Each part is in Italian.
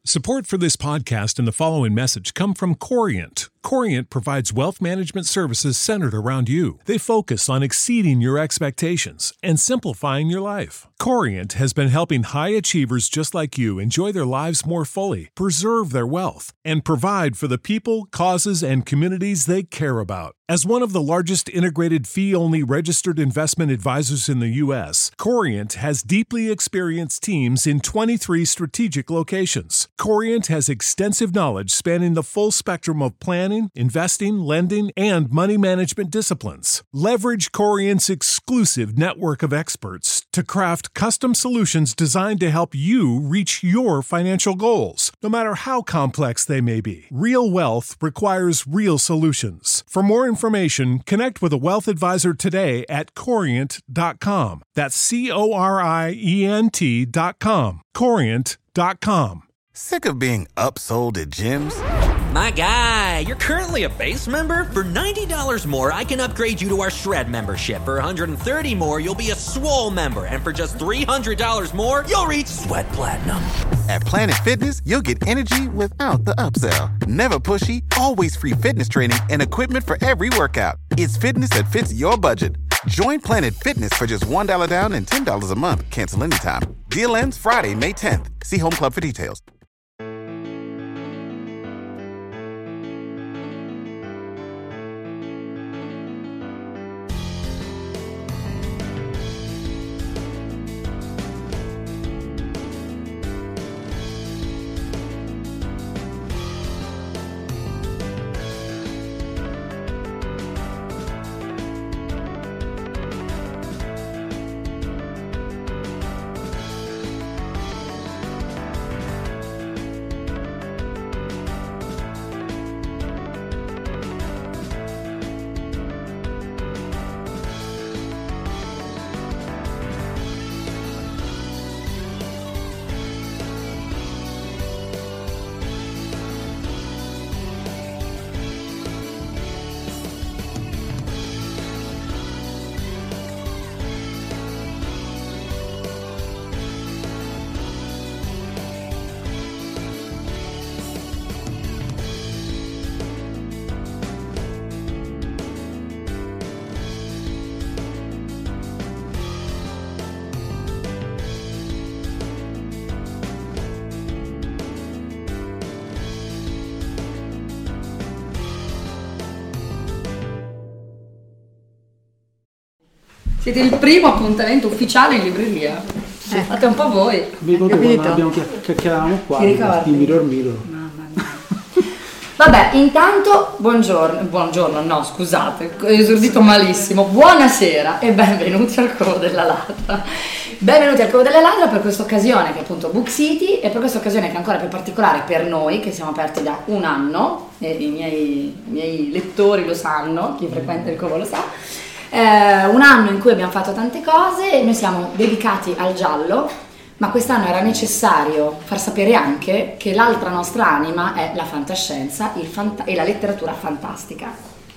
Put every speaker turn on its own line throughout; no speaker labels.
Support for this podcast and the following message come from Corient. Corient provides wealth management services centered around you. They focus on exceeding your expectations and simplifying your life. Corient has been helping high achievers just like you enjoy their lives more fully, preserve their wealth, and provide for the people, causes, and communities they care about. As one of the largest integrated fee-only registered investment advisors in the U.S., Corient has deeply experienced teams in 23 strategic locations. Corient has extensive knowledge spanning the full spectrum of planning, investing, lending, and money management disciplines. Leverage Corient's exclusive network of experts to craft custom solutions designed to help you reach your financial goals, no matter how complex they may be. Real wealth requires real solutions. For more information, connect with a wealth advisor today at Corient.com. That's Corient.com. Corient.com.
Sick of being upsold at gyms?
My guy, you're currently a base member? For $90 more, I can upgrade you to our Shred membership. For $130 more, you'll be a Swole member. And for just $300 more, you'll reach Sweat Platinum.
At Planet Fitness, you'll get energy without the upsell. Never pushy, always free fitness training and equipment for every workout. It's fitness that fits your budget. Join Planet Fitness for just $1 down and $10 a month. Cancel anytime. Deal ends Friday, May 10th. See Home Club for details.
Siete il primo appuntamento ufficiale in libreria. Fate un po' voi.
Mi ricordo quando abbiamo chiacchieravamo qua di Mirror Mirror.
Mamma mia. Vabbè, intanto buongiorno, no scusate, ho esordito malissimo. Buonasera e benvenuti al Covo della Ladra. Benvenuti al Covo della Ladra per questa occasione che è appunto Book City e per questa occasione che è ancora più particolare per noi che siamo aperti da un anno e i miei lettori lo sanno, chi frequenta il Covo lo sa. Un anno in cui abbiamo fatto tante cose e noi siamo dedicati al giallo, ma quest'anno era necessario far sapere anche che l'altra nostra anima è la fantascienza e la letteratura fantastica.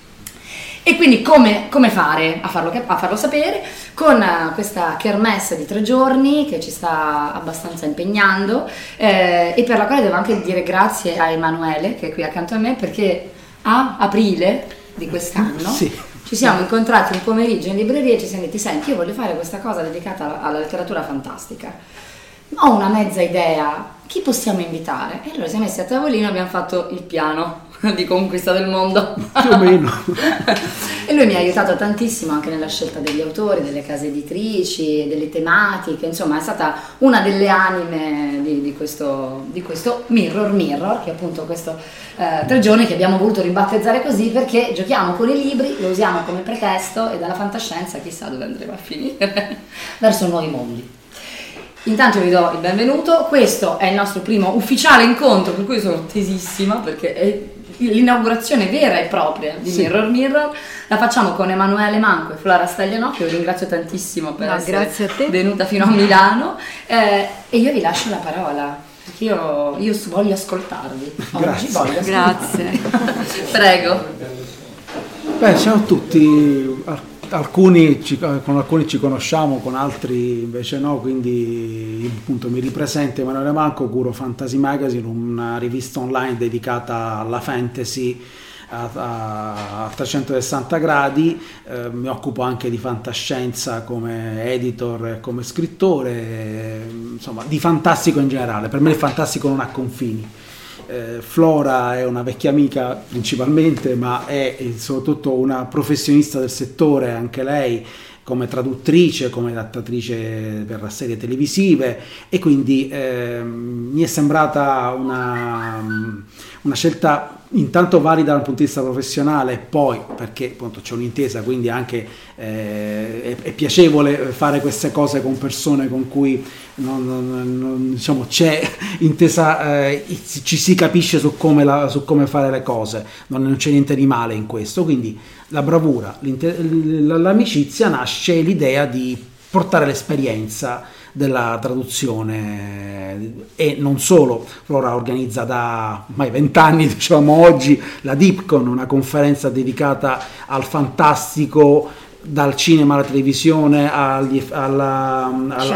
E quindi come fare a farlo sapere? Con questa kermesse di 3 giorni che ci sta abbastanza impegnando e per la quale devo anche dire grazie a Emanuele che è qui accanto a me, perché a aprile di quest'anno ci siamo incontrati un pomeriggio in libreria e ci siamo detti: senti, io voglio fare questa cosa dedicata alla letteratura fantastica, ho una mezza idea, chi possiamo invitare? E allora siamo messi a tavolino e abbiamo fatto il piano di conquista del mondo
più o meno.
E lui mi ha aiutato tantissimo anche nella scelta degli autori, delle case editrici, delle tematiche, insomma è stata una delle anime di questo Mirror, che è appunto questo 3 giorni che abbiamo voluto ribattezzare così perché giochiamo con i libri, lo usiamo come pretesto e dalla fantascienza chissà dove andremo a finire verso nuovi mondi. Intanto vi do il benvenuto, questo è il nostro primo ufficiale incontro, per cui sono tesissima perché è l'inaugurazione vera e propria di Mirror, la facciamo con Emanuele Manco e Flora Stagliano, che io ringrazio tantissimo per essere venuta fino a Milano, e io vi lascio la parola, perché io voglio ascoltarvi.
Grazie.
Prego.
Beh, siamo tutti con alcuni ci conosciamo, con altri invece no, quindi appunto mi ripresento Emanuele Manco, curo Fantasy Magazine, una rivista online dedicata alla fantasy a 360 gradi, mi occupo anche di fantascienza come editor e come scrittore, insomma di fantastico in generale. Per me il fantastico non ha confini. Flora è una vecchia amica principalmente, ma è soprattutto una professionista del settore, anche lei, come traduttrice, come adattatrice per serie televisive, e quindi mi è sembrata una scelta intanto valida dal punto di vista professionale, e poi perché appunto c'è un'intesa, quindi anche è piacevole fare queste cose con persone con cui diciamo c'è intesa, ci si capisce su come fare le cose, non c'è niente di male in questo. Quindi la bravura, l'amicizia, nasce l'idea di portare l'esperienza della traduzione, e non solo. Flora organizza da ormai 20 anni, diciamo oggi, la DeepCon, una conferenza dedicata al fantastico, dal cinema alla televisione alla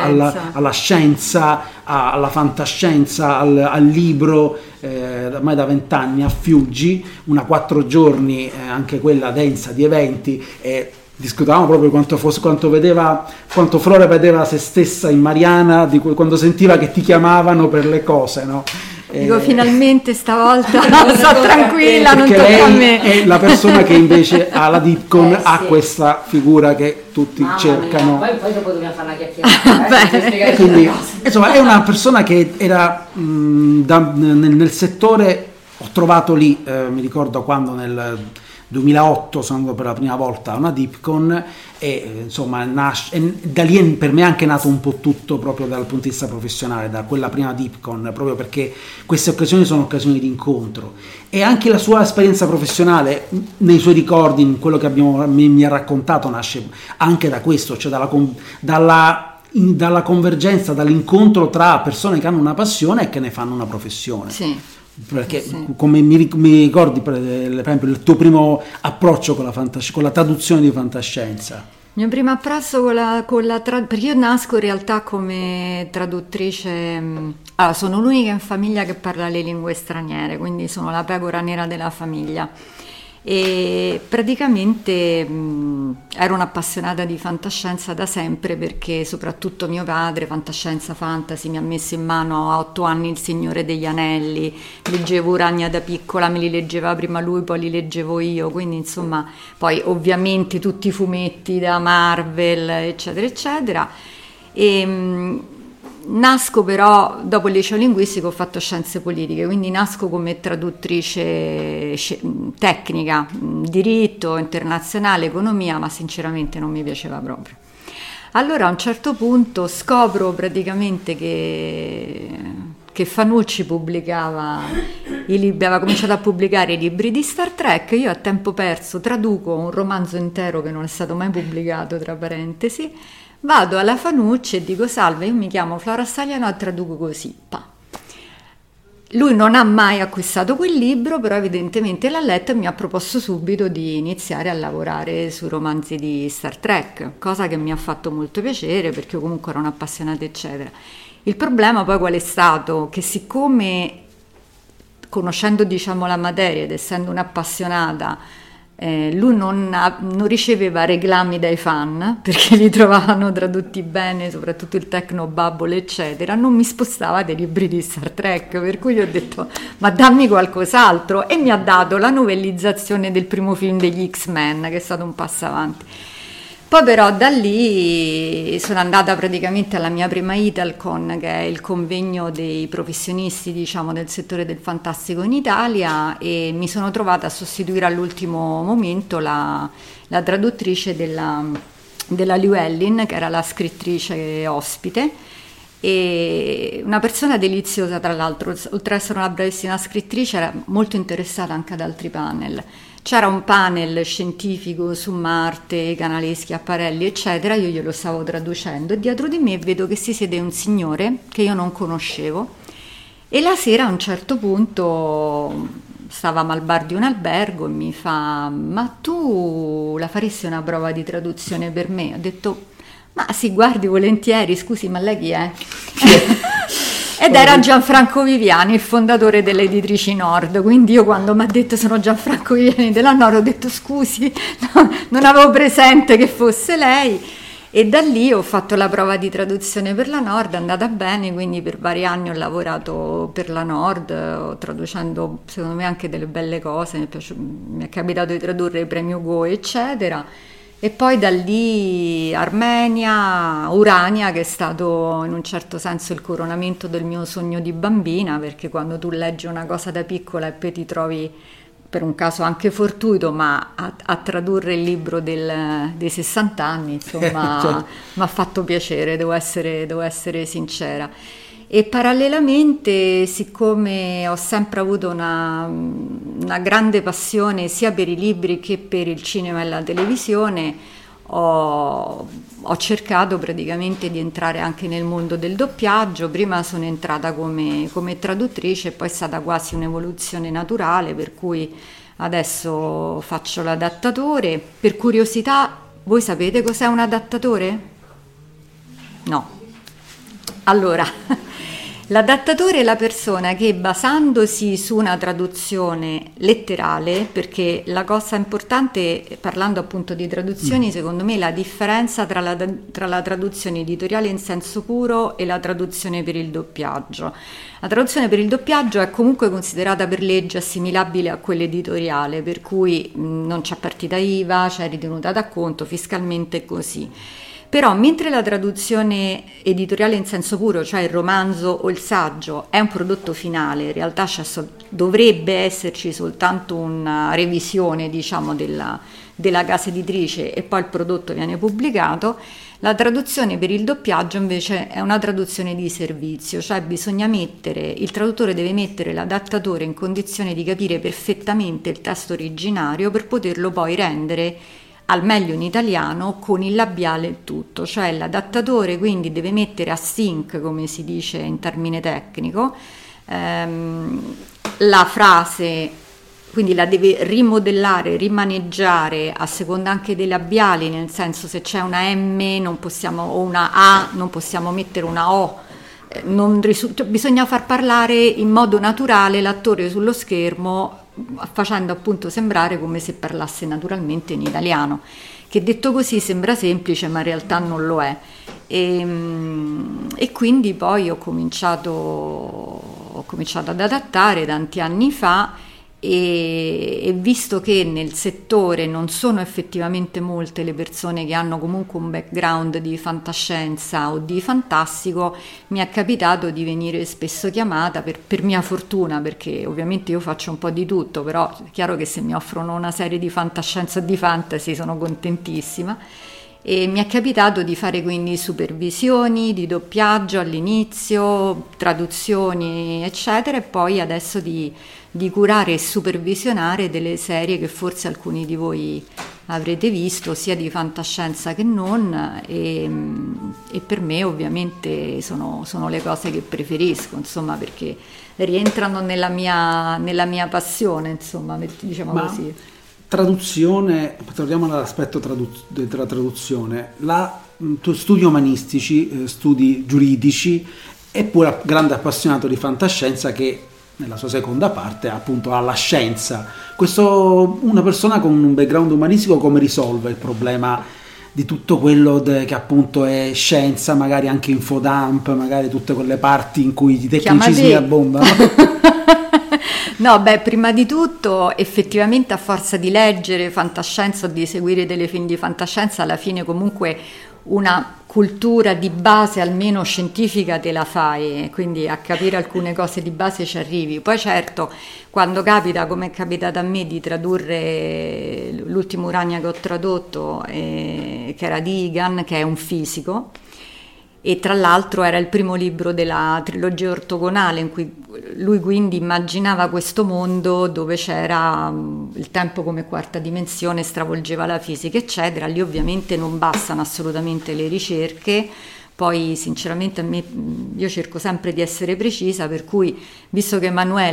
scienza, alla fantascienza, al libro, ormai da 20 anni a Fiuggi, una 4 giorni, anche quella densa di eventi, e discutavamo proprio quanto Flora vedeva se stessa in Mariana, quando sentiva che ti chiamavano per le cose, no?
Dico, finalmente stavolta sto tranquilla, non tocca a me.
È la persona che invece alla DeepCon ha questa figura che tutti cercano.
Poi dopo dobbiamo fare una chiacchierata.
Quindi, insomma, è una persona che era nel settore. Ho trovato lì, mi ricordo quando nel 2008 sono andato per la prima volta a una DeepCon, e insomma da lì per me è anche nato un po' tutto, proprio dal punto di vista professionale, da quella prima DeepCon, proprio perché queste occasioni sono occasioni di incontro, e anche la sua esperienza professionale nei suoi ricordi, in quello che mi ha raccontato, nasce anche da questo, cioè dalla convergenza, dall'incontro tra persone che hanno una passione e che ne fanno una professione.
Sì.
Perché come mi ricordi per esempio il tuo primo approccio con la traduzione di fantascienza?
Il mio primo approccio perché io nasco in realtà come traduttrice, sono l'unica in famiglia che parla le lingue straniere, quindi sono la pecora nera della famiglia, e praticamente ero un'appassionata di fantascienza da sempre, perché soprattutto mio padre, fantascienza, fantasy, mi ha messo in mano a 8 anni Il Signore degli Anelli, leggevo Urania da piccola, me li leggeva prima lui, poi li leggevo io, quindi insomma, poi ovviamente tutti i fumetti da Marvel, eccetera eccetera. E nasco però, dopo il liceo linguistico ho fatto scienze politiche, quindi nasco come traduttrice tecnica, diritto internazionale, economia, ma sinceramente non mi piaceva proprio. Allora a un certo punto scopro praticamente che Fanucci pubblicava i libri, aveva cominciato a pubblicare i libri di Star Trek. Io a tempo perso traduco un romanzo intero che non è stato mai pubblicato, tra parentesi. Vado alla Fanucci e dico: salve, io mi chiamo Flora Stagliano e traduco così. Lui non ha mai acquistato quel libro, però evidentemente l'ha letto e mi ha proposto subito di iniziare a lavorare sui romanzi di Star Trek, cosa che mi ha fatto molto piacere perché io comunque ero un'appassionata eccetera. Il problema poi qual è stato? Che siccome, conoscendo diciamo la materia ed essendo un'appassionata, lui non riceveva reclami dai fan perché li trovavano tradotti bene, soprattutto il Tecnobubble eccetera, non mi spostava dei libri di Star Trek, per cui ho detto ma dammi qualcos'altro, e mi ha dato la novellizzazione del primo film degli X-Men, che è stato un passo avanti. Poi però da lì sono andata praticamente alla mia prima Italcon, che è il convegno dei professionisti diciamo del settore del fantastico in Italia, e mi sono trovata a sostituire all'ultimo momento la traduttrice della Llewellyn, che era la scrittrice ospite, e una persona deliziosa tra l'altro, oltre ad essere una bravissima scrittrice era molto interessata anche ad altri panel. C'era un panel scientifico su Marte, canale Schiaparelli eccetera, io glielo stavo traducendo e dietro di me vedo che si siede un signore che io non conoscevo, e la sera a un certo punto stavamo al bar di un albergo e mi fa: ma tu la faresti una prova di traduzione per me? Ho detto: ma sì, guardi, volentieri. Scusi, ma lei chi è? Ed era Gianfranco Viviani, il fondatore delle editrici Nord. Quindi io, quando mi ha detto sono Gianfranco Viviani della Nord, ho detto scusi, no, non avevo presente che fosse lei. E da lì ho fatto la prova di traduzione per la Nord, è andata bene, quindi per vari anni ho lavorato per la Nord, traducendo secondo me anche delle belle cose. Mi è capitato di tradurre il premio Go, eccetera. E poi da lì Armenia, Urania, che è stato in un certo senso il coronamento del mio sogno di bambina, perché quando tu leggi una cosa da piccola e poi ti trovi, per un caso anche fortuito, ma a tradurre il libro dei 60 anni, insomma,
certo.
Mi ha fatto piacere, devo essere sincera. E parallelamente, siccome ho sempre avuto una grande passione sia per i libri che per il cinema e la televisione, ho cercato praticamente di entrare anche nel mondo del doppiaggio. Prima sono entrata come traduttrice e poi è stata quasi un'evoluzione naturale, per cui adesso faccio l'adattatore. Per curiosità, voi sapete cos'è un adattatore? No. Allora, l'adattatore è la persona che, basandosi su una traduzione letterale, perché la cosa importante, parlando appunto di traduzioni, secondo me la differenza tra la traduzione editoriale in senso puro e la traduzione per il doppiaggio. La traduzione per il doppiaggio è comunque considerata per legge assimilabile a quella editoriale, per cui non c'è partita IVA, c'è ritenuta d'acconto, fiscalmente così. Però mentre la traduzione editoriale in senso puro, cioè il romanzo o il saggio, è un prodotto finale, in realtà dovrebbe esserci soltanto una revisione, diciamo, della casa editrice e poi il prodotto viene pubblicato, la traduzione per il doppiaggio invece è una traduzione di servizio, cioè il traduttore deve mettere l'adattatore in condizione di capire perfettamente il testo originario per poterlo poi rendere al meglio in italiano con il labiale e tutto, cioè l'adattatore quindi deve mettere a sync, come si dice in termine tecnico, la frase, quindi la deve rimodellare, rimaneggiare a seconda anche dei labiali, nel senso, se c'è una M non possiamo, o una A non possiamo mettere una O, bisogna far parlare in modo naturale l'attore sullo schermo, facendo appunto sembrare come se parlasse naturalmente in italiano, che detto così sembra semplice ma in realtà non lo è. E quindi poi ho cominciato ad adattare tanti anni fa, e visto che nel settore non sono effettivamente molte le persone che hanno comunque un background di fantascienza o di fantastico, mi è capitato di venire spesso chiamata, per mia fortuna, perché ovviamente io faccio un po' di tutto, però è chiaro che se mi offrono una serie di fantascienza o di fantasy sono contentissima. E mi è capitato di fare quindi supervisioni di doppiaggio all'inizio, traduzioni eccetera, e poi adesso di curare e supervisionare delle serie che forse alcuni di voi avrete visto, sia di fantascienza che non, e per me ovviamente sono le cose che preferisco, insomma, perché rientrano nella mia passione, insomma, diciamo così.
Traduzione, torniamo all'aspetto della traduzione. Tu studi umanistici, studi giuridici, e pure grande appassionato di fantascienza, che nella sua seconda parte appunto ha la scienza. Una persona con un background umanistico come risolve il problema di tutto quello che appunto è scienza, magari anche infodump, magari tutte quelle parti in cui i tecnicismi abbondano?
No, prima di tutto effettivamente a forza di leggere fantascienza o di seguire delle film di fantascienza, alla fine comunque una cultura di base almeno scientifica te la fai, quindi a capire alcune cose di base ci arrivi. Poi certo, quando capita, come è capitato a me, di tradurre l'ultimo Urania che ho tradotto, che era di Egan, che è un fisico, e tra l'altro era il primo libro della trilogia ortogonale, in cui lui quindi immaginava questo mondo dove c'era il tempo come quarta dimensione, stravolgeva la fisica eccetera. Lì ovviamente non bastano assolutamente le ricerche. Poi sinceramente io cerco sempre di essere precisa, per cui, visto che Emanuele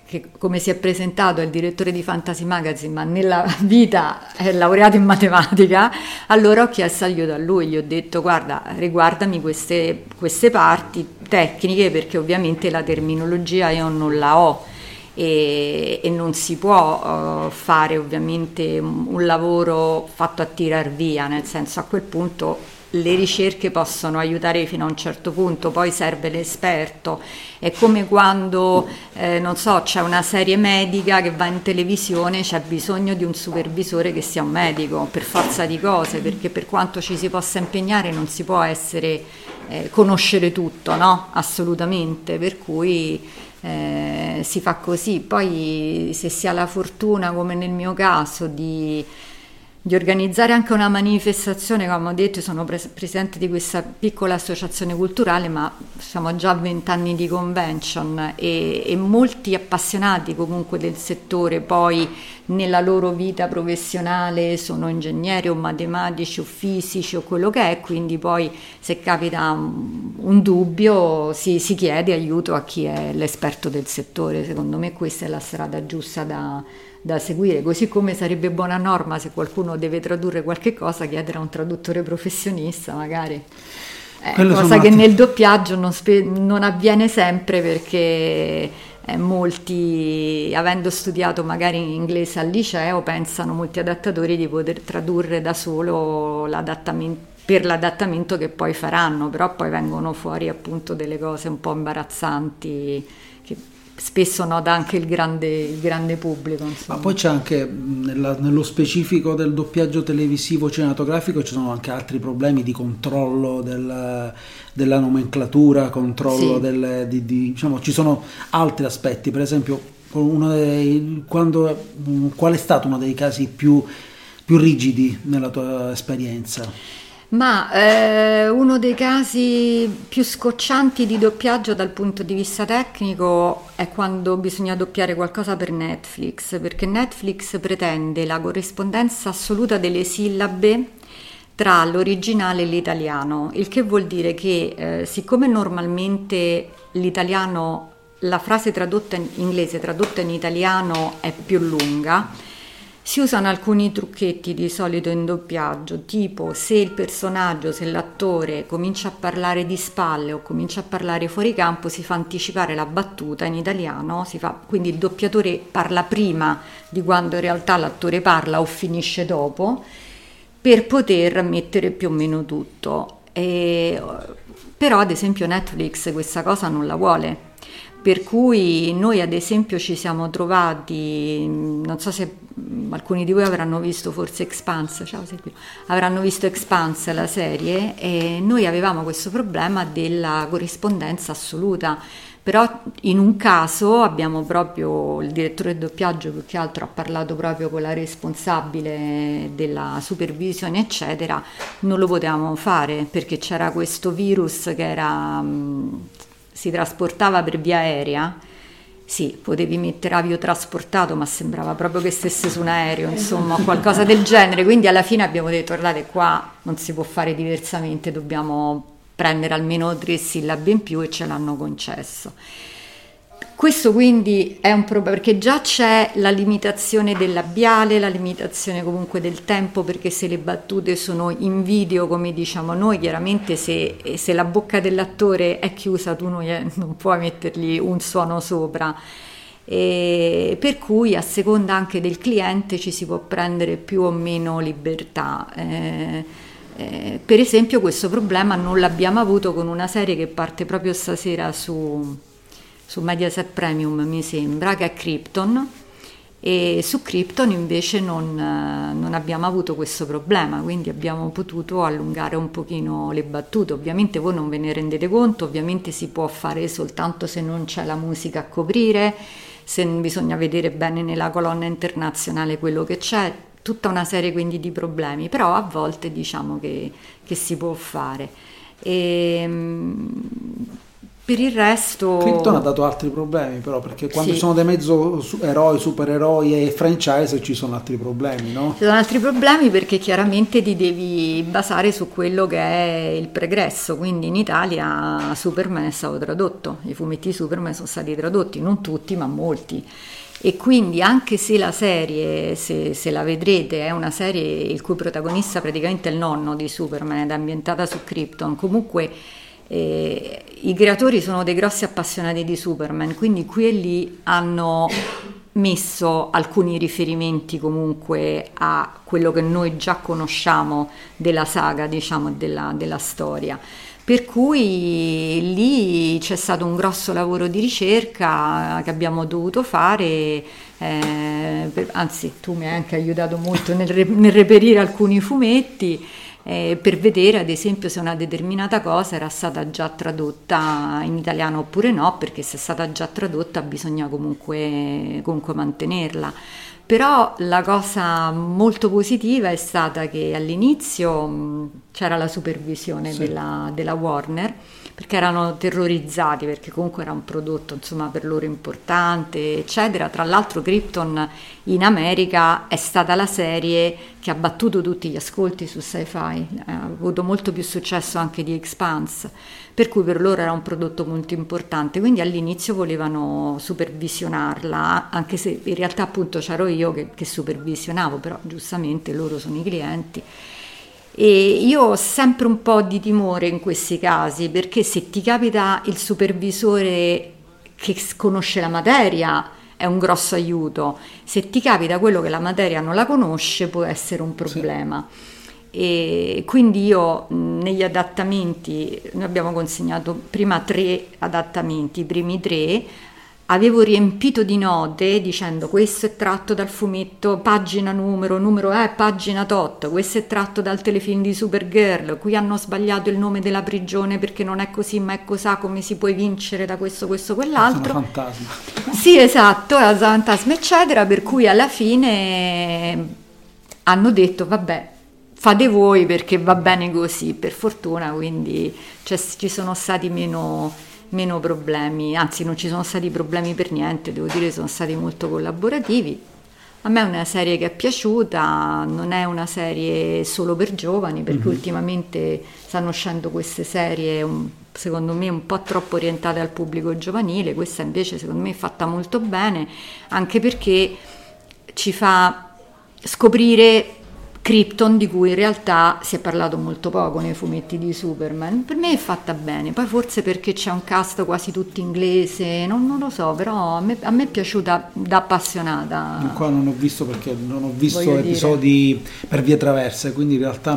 che come si è presentato è il direttore di Fantasy Magazine, ma nella vita è laureato in matematica, allora ho chiesto aiuto a lui, gli ho detto guarda, riguardami queste parti tecniche, perché ovviamente la terminologia io non la ho e non si può fare ovviamente un lavoro fatto a tirar via, nel senso, a quel punto le ricerche possono aiutare fino a un certo punto, poi serve l'esperto. È come quando, non so, c'è una serie medica che va in televisione, c'è bisogno di un supervisore che sia un medico, per forza di cose, perché per quanto ci si possa impegnare non si può conoscere tutto, no? Assolutamente, per cui si fa così. Poi se si ha la fortuna, come nel mio caso, di organizzare anche una manifestazione, come ho detto, sono presidente di questa piccola associazione culturale, ma siamo già a 20 anni di convention e molti appassionati comunque del settore poi nella loro vita professionale sono ingegneri o matematici o fisici o quello che è, quindi poi se capita un dubbio si chiede aiuto a chi è l'esperto del settore. Secondo me questa è la strada giusta da seguire, così come sarebbe buona norma, se qualcuno deve tradurre qualche cosa, chiedere a un traduttore professionista magari, cosa che nel doppiaggio non avviene sempre, perché molti, avendo studiato magari in inglese al liceo, pensano molti adattatori di poter tradurre da solo per l'adattamento che poi faranno, però poi vengono fuori appunto delle cose un po' imbarazzanti che spesso nota anche il grande pubblico, insomma.
Ma poi c'è anche nello specifico del doppiaggio televisivo cinematografico ci sono anche altri problemi di controllo della nomenclatura, controllo
sì.
Diciamo, ci sono altri aspetti, per esempio qual è stato uno dei casi più rigidi nella tua esperienza?
Ma uno dei casi più scoccianti di doppiaggio dal punto di vista tecnico è quando bisogna doppiare qualcosa per Netflix, perché Netflix pretende la corrispondenza assoluta delle sillabe tra l'originale e l'italiano, il che vuol dire che siccome normalmente l'italiano, la frase tradotta in inglese tradotta in italiano è più lunga, si usano alcuni trucchetti di solito in doppiaggio, tipo se l'attore comincia a parlare di spalle o comincia a parlare fuori campo, si fa anticipare la battuta in italiano, quindi il doppiatore parla prima di quando in realtà l'attore parla o finisce dopo, per poter mettere più o meno tutto. Però ad esempio Netflix questa cosa non la vuole. Per cui noi ad esempio ci siamo trovati, non so se alcuni di voi avranno visto forse Expanse, avranno visto Expanse, la serie, e noi avevamo questo problema della corrispondenza assoluta, però in un caso abbiamo proprio, il direttore del doppiaggio più che altro ha parlato proprio con la responsabile della supervisione eccetera, non lo potevamo fare perché c'era questo virus che si trasportava per via aerea. Sì, potevi mettere aviotrasportato, ma sembrava proprio che stesse su un aereo, insomma, qualcosa del genere. Quindi alla fine abbiamo detto, guardate, qua non si può fare diversamente, dobbiamo prendere almeno 3 sillabe in più, e ce l'hanno concesso. Questo quindi è un problema, perché già c'è la limitazione del labiale, la limitazione comunque del tempo, perché se le battute sono in video, come diciamo noi, chiaramente se la bocca dell'attore è chiusa tu non puoi mettergli un suono sopra, e per cui a seconda anche del cliente ci si può prendere più o meno libertà. Per esempio questo problema non l'abbiamo avuto con una serie che parte proprio stasera su Mediaset Premium, mi sembra, che è Krypton, e su Krypton invece non abbiamo avuto questo problema, quindi abbiamo potuto allungare un pochino le battute. Ovviamente voi non ve ne rendete conto, ovviamente si può fare soltanto se non c'è la musica a coprire, se bisogna vedere bene nella colonna internazionale quello che c'è, tutta una serie quindi di problemi, però a volte diciamo che si può fare. Per il resto...
Krypton ha dato altri problemi però, perché quando
Sì.
sono dei mezzo eroi, supereroi e franchise ci sono altri problemi, no?
Ci sono altri problemi perché chiaramente ti devi basare su quello che è il pregresso, quindi in Italia Superman è stato tradotto, i fumetti di Superman sono stati tradotti, non tutti ma molti, e quindi anche se la serie, se la vedrete, è una serie il cui protagonista praticamente è il nonno di Superman ed è ambientata su Krypton, comunque i creatori sono dei grossi appassionati di Superman, quindi qui e lì hanno messo alcuni riferimenti comunque a quello che noi già conosciamo della saga, diciamo, della storia. Per cui lì c'è stato un grosso lavoro di ricerca che abbiamo dovuto fare, anzi tu mi hai anche aiutato molto nel reperire alcuni fumetti, per vedere ad esempio se una determinata cosa era stata già tradotta in italiano oppure no, perché se è stata già tradotta bisogna comunque mantenerla. Però la cosa molto positiva è stata che all'inizio c'era la supervisione della Warner, perché erano terrorizzati, perché comunque era un prodotto insomma per loro importante, eccetera. Tra l'altro Krypton in America è stata la serie che ha battuto tutti gli ascolti su Sci-Fi, ha avuto molto più successo anche di Expanse, per cui per loro era un prodotto molto importante, quindi all'inizio volevano supervisionarla, anche se in realtà appunto c'ero io che supervisionavo, però giustamente loro sono i clienti. E io ho sempre un po' di timore in questi casi, perché se ti capita il supervisore che conosce la materia è un grosso aiuto, se ti capita quello che la materia non la conosce può essere un problema. Sì. E quindi io negli adattamenti, noi abbiamo consegnato prima 3 adattamenti, i primi 3 avevo riempito di note dicendo questo è tratto dal fumetto pagina numero pagina tot, questo è tratto dal telefilm di Supergirl, qui hanno sbagliato il nome della prigione perché non è così ma è cosà, come si può vincere da questo, quell'altro.
Sono fantasma.
Sì, esatto, la fantasma eccetera, per cui alla fine hanno detto vabbè, fate voi perché va bene così, per fortuna, quindi ci sono stati meno problemi, anzi non ci sono stati problemi per niente, devo dire sono stati molto collaborativi. A me è una serie che è piaciuta, non è una serie solo per giovani, perché ultimamente stanno uscendo queste serie secondo me un po' troppo orientate al pubblico giovanile, questa invece secondo me è fatta molto bene, anche perché ci fa scoprire Krypton, di cui in realtà si è parlato molto poco nei fumetti di Superman. Per me è fatta bene, poi forse perché c'è un cast quasi tutto inglese, non lo so, però a me è piaciuta da appassionata.
Qua non ho visto, perché non ho visto episodi per vie traverse, quindi in realtà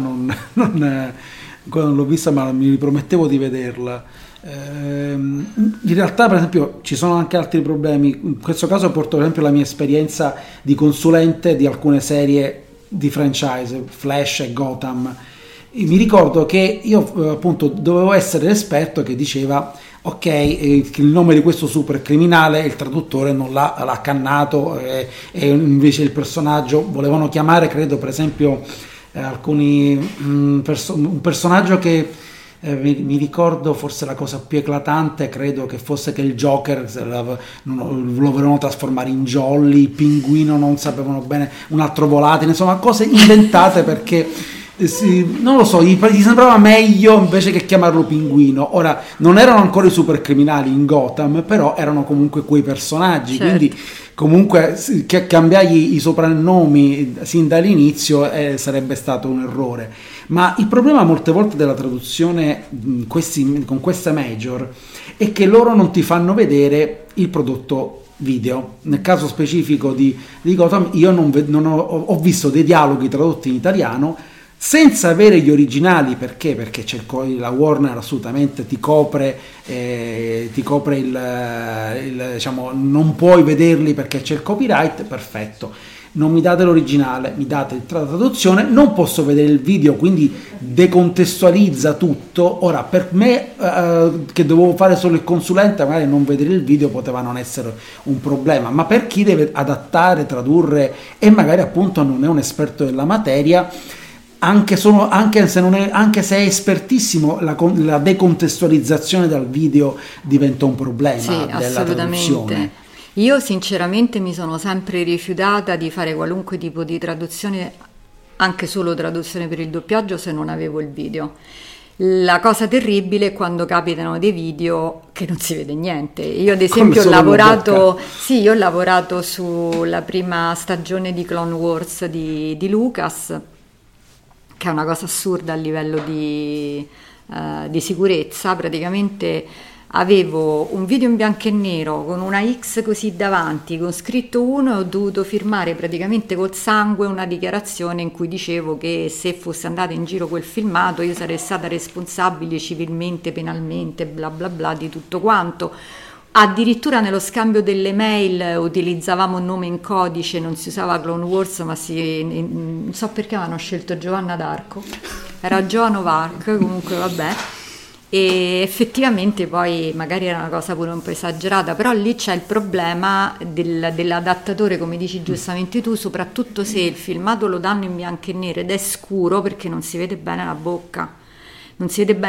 ancora non l'ho vista, ma mi ripromettevo di vederla. In realtà per esempio ci sono anche altri problemi, in questo caso porto per esempio la mia esperienza di consulente di alcune serie di franchise, Flash e Gotham. Mi ricordo che io appunto dovevo essere l'esperto che diceva ok, il nome di questo super criminale il traduttore non l'ha cannato, e invece il personaggio volevano chiamare, credo per esempio un personaggio che mi ricordo, forse la cosa più eclatante credo che fosse che il Joker lo volevano trasformare in Jolly, il pinguino non sapevano bene, un altro volatile, insomma cose inventate perché non lo so, gli sembrava meglio invece che chiamarlo pinguino. Ora non erano ancora i super criminali in Gotham, però erano comunque quei personaggi, certo. Quindi comunque che cambiargli i soprannomi sin dall'inizio sarebbe stato un errore. Ma il problema molte volte della traduzione con queste major è che loro non ti fanno vedere il prodotto video. Nel caso specifico di Gotham io ho visto dei dialoghi tradotti in italiano senza avere gli originali. Perché la Warner assolutamente ti copre diciamo, non puoi vederli perché c'è il copyright, perfetto. Non mi date l'originale, mi date la traduzione, non posso vedere il video, quindi decontestualizza tutto. Ora per me che dovevo fare solo il consulente, magari non vedere il video poteva non essere un problema, ma per chi deve adattare, tradurre e magari appunto non è un esperto della materia, anche se è espertissimo, la decontestualizzazione dal video diventa un problema della traduzione.
Io sinceramente mi sono sempre rifiutata di fare qualunque tipo di traduzione, anche solo traduzione per il doppiaggio, se non avevo il video. La cosa terribile è quando capitano dei video che non si vede niente. Io ad esempio ho lavorato sulla prima stagione di Clone Wars di Lucas, che è una cosa assurda a livello di sicurezza. Praticamente avevo un video in bianco e nero con una X così davanti, con scritto 1, e ho dovuto firmare praticamente col sangue una dichiarazione in cui dicevo che se fosse andato in giro quel filmato io sarei stata responsabile civilmente, penalmente, bla bla bla, di tutto quanto. Addirittura nello scambio delle mail utilizzavamo un nome in codice, non si usava Clone Wars, ma non so perché avevano scelto Giovanna d'Arco, era Joan of Arc, comunque vabbè. E effettivamente poi magari era una cosa pure un po' esagerata, però lì c'è il problema dell'adattatore, come dici giustamente tu, soprattutto se il filmato lo danno in bianco e nero ed è scuro, perché non si vede bene la bocca, non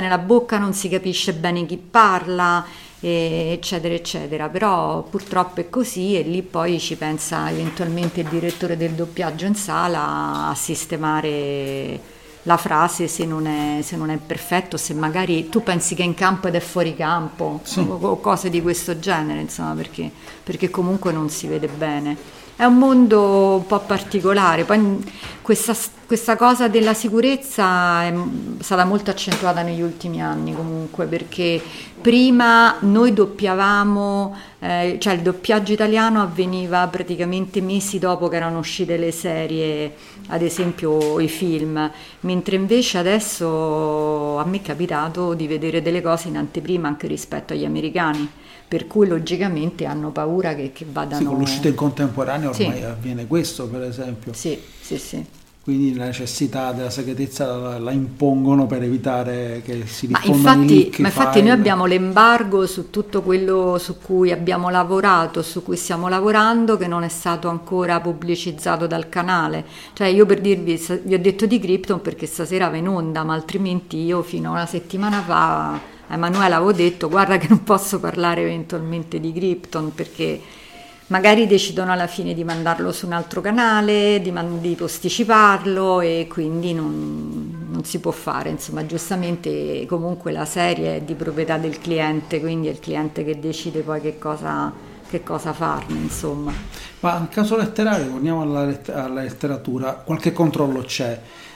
si capisce bene chi parla, eccetera eccetera. Però purtroppo è così, e lì poi ci pensa eventualmente il direttore del doppiaggio in sala a sistemare la frase se non è perfetto, se magari tu pensi che è in campo ed è fuori campo, sì, o cose di questo genere, insomma, perché comunque non si vede bene. È un mondo un po' particolare. Poi questa cosa della sicurezza è stata molto accentuata negli ultimi anni comunque, perché prima noi doppiavamo, cioè il doppiaggio italiano avveniva praticamente mesi dopo che erano uscite le serie, ad esempio i film, mentre invece adesso a me è capitato di vedere delle cose in anteprima anche rispetto agli americani, per cui logicamente hanno paura che vadano...
Sì, con l'uscita in contemporanea ormai avviene questo, per esempio.
Sì.
Quindi la necessità della segretezza la impongono per evitare che si diffondano i leak.
Ma infatti noi abbiamo l'embargo su tutto quello su cui abbiamo lavorato, su cui stiamo lavorando, che non è stato ancora pubblicizzato dal canale. Cioè io, per dirvi, vi ho detto di Krypton perché stasera va in onda, ma altrimenti io fino a una settimana fa a Emanuela avevo detto: guarda che non posso parlare eventualmente di Krypton, perché magari decidono alla fine di mandarlo su un altro canale, di posticiparlo, e quindi non si può fare. Insomma, giustamente comunque la serie è di proprietà del cliente, quindi è il cliente che decide poi che cosa farne, insomma.
Ma nel caso letterario, torniamo alla letteratura, qualche controllo c'è?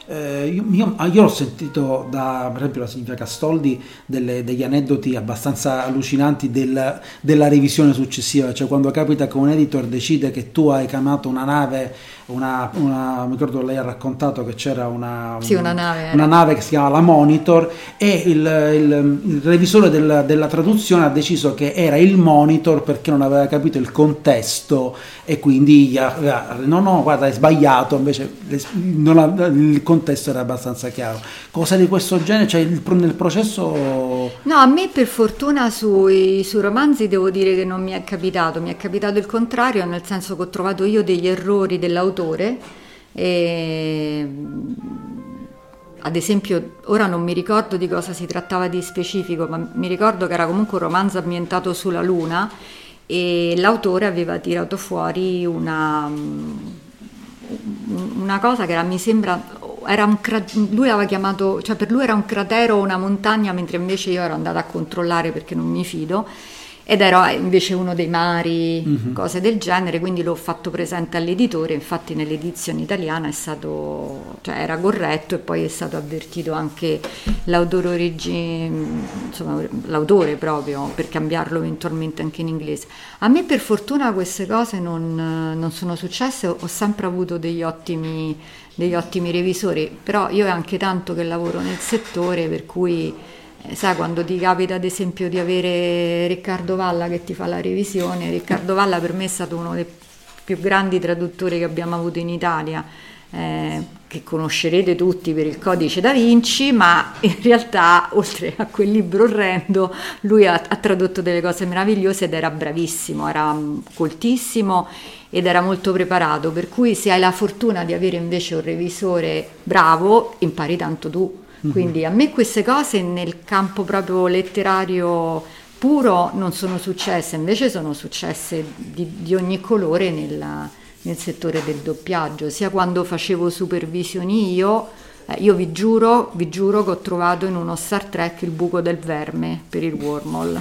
Io ho sentito per esempio la Silvia Castoldi degli aneddoti abbastanza allucinanti della revisione successiva, cioè quando capita che un editor decide che tu hai chiamato una nave, mi ricordo lei ha raccontato che c'era una nave che si chiama la Monitor, e il revisore della traduzione ha deciso che era il Monitor perché non aveva capito il contesto, e quindi no, guarda, hai sbagliato, invece il contesto era abbastanza chiaro. Cosa di questo genere, cioè nel processo?
No, a me per fortuna sui romanzi devo dire che non mi è capitato il contrario, nel senso che ho trovato io degli errori dell'autore, e ad esempio ora non mi ricordo di cosa si trattava di specifico, ma mi ricordo che era comunque un romanzo ambientato sulla Luna, e l'autore aveva tirato fuori una cosa che era, mi sembra, lui aveva chiamato, cioè per lui era un cratere o una montagna, mentre invece io ero andata a controllare perché non mi fido, ed era invece uno dei mari, cose del genere, quindi l'ho fatto presente all'editore. Infatti nell'edizione italiana era corretto, e poi è stato avvertito anche l'autore l'autore proprio, per cambiarlo eventualmente anche in inglese. A me per fortuna queste cose non sono successe, ho sempre avuto degli ottimi revisori, però io è anche tanto che lavoro nel settore, per cui sai, quando ti capita ad esempio di avere Riccardo Valla che ti fa la revisione. Riccardo Valla per me è stato uno dei più grandi traduttori che abbiamo avuto in Italia, che conoscerete tutti per il Codice da Vinci, ma in realtà oltre a quel libro orrendo lui ha tradotto delle cose meravigliose ed era bravissimo, era coltissimo ed era molto preparato, per cui se hai la fortuna di avere invece un revisore bravo impari tanto tu. Quindi a me queste cose nel campo proprio letterario puro non sono successe, invece sono successe di ogni colore nel settore del doppiaggio, sia quando facevo supervisioni io vi giuro che ho trovato in uno Star Trek il buco del verme per il wormhole,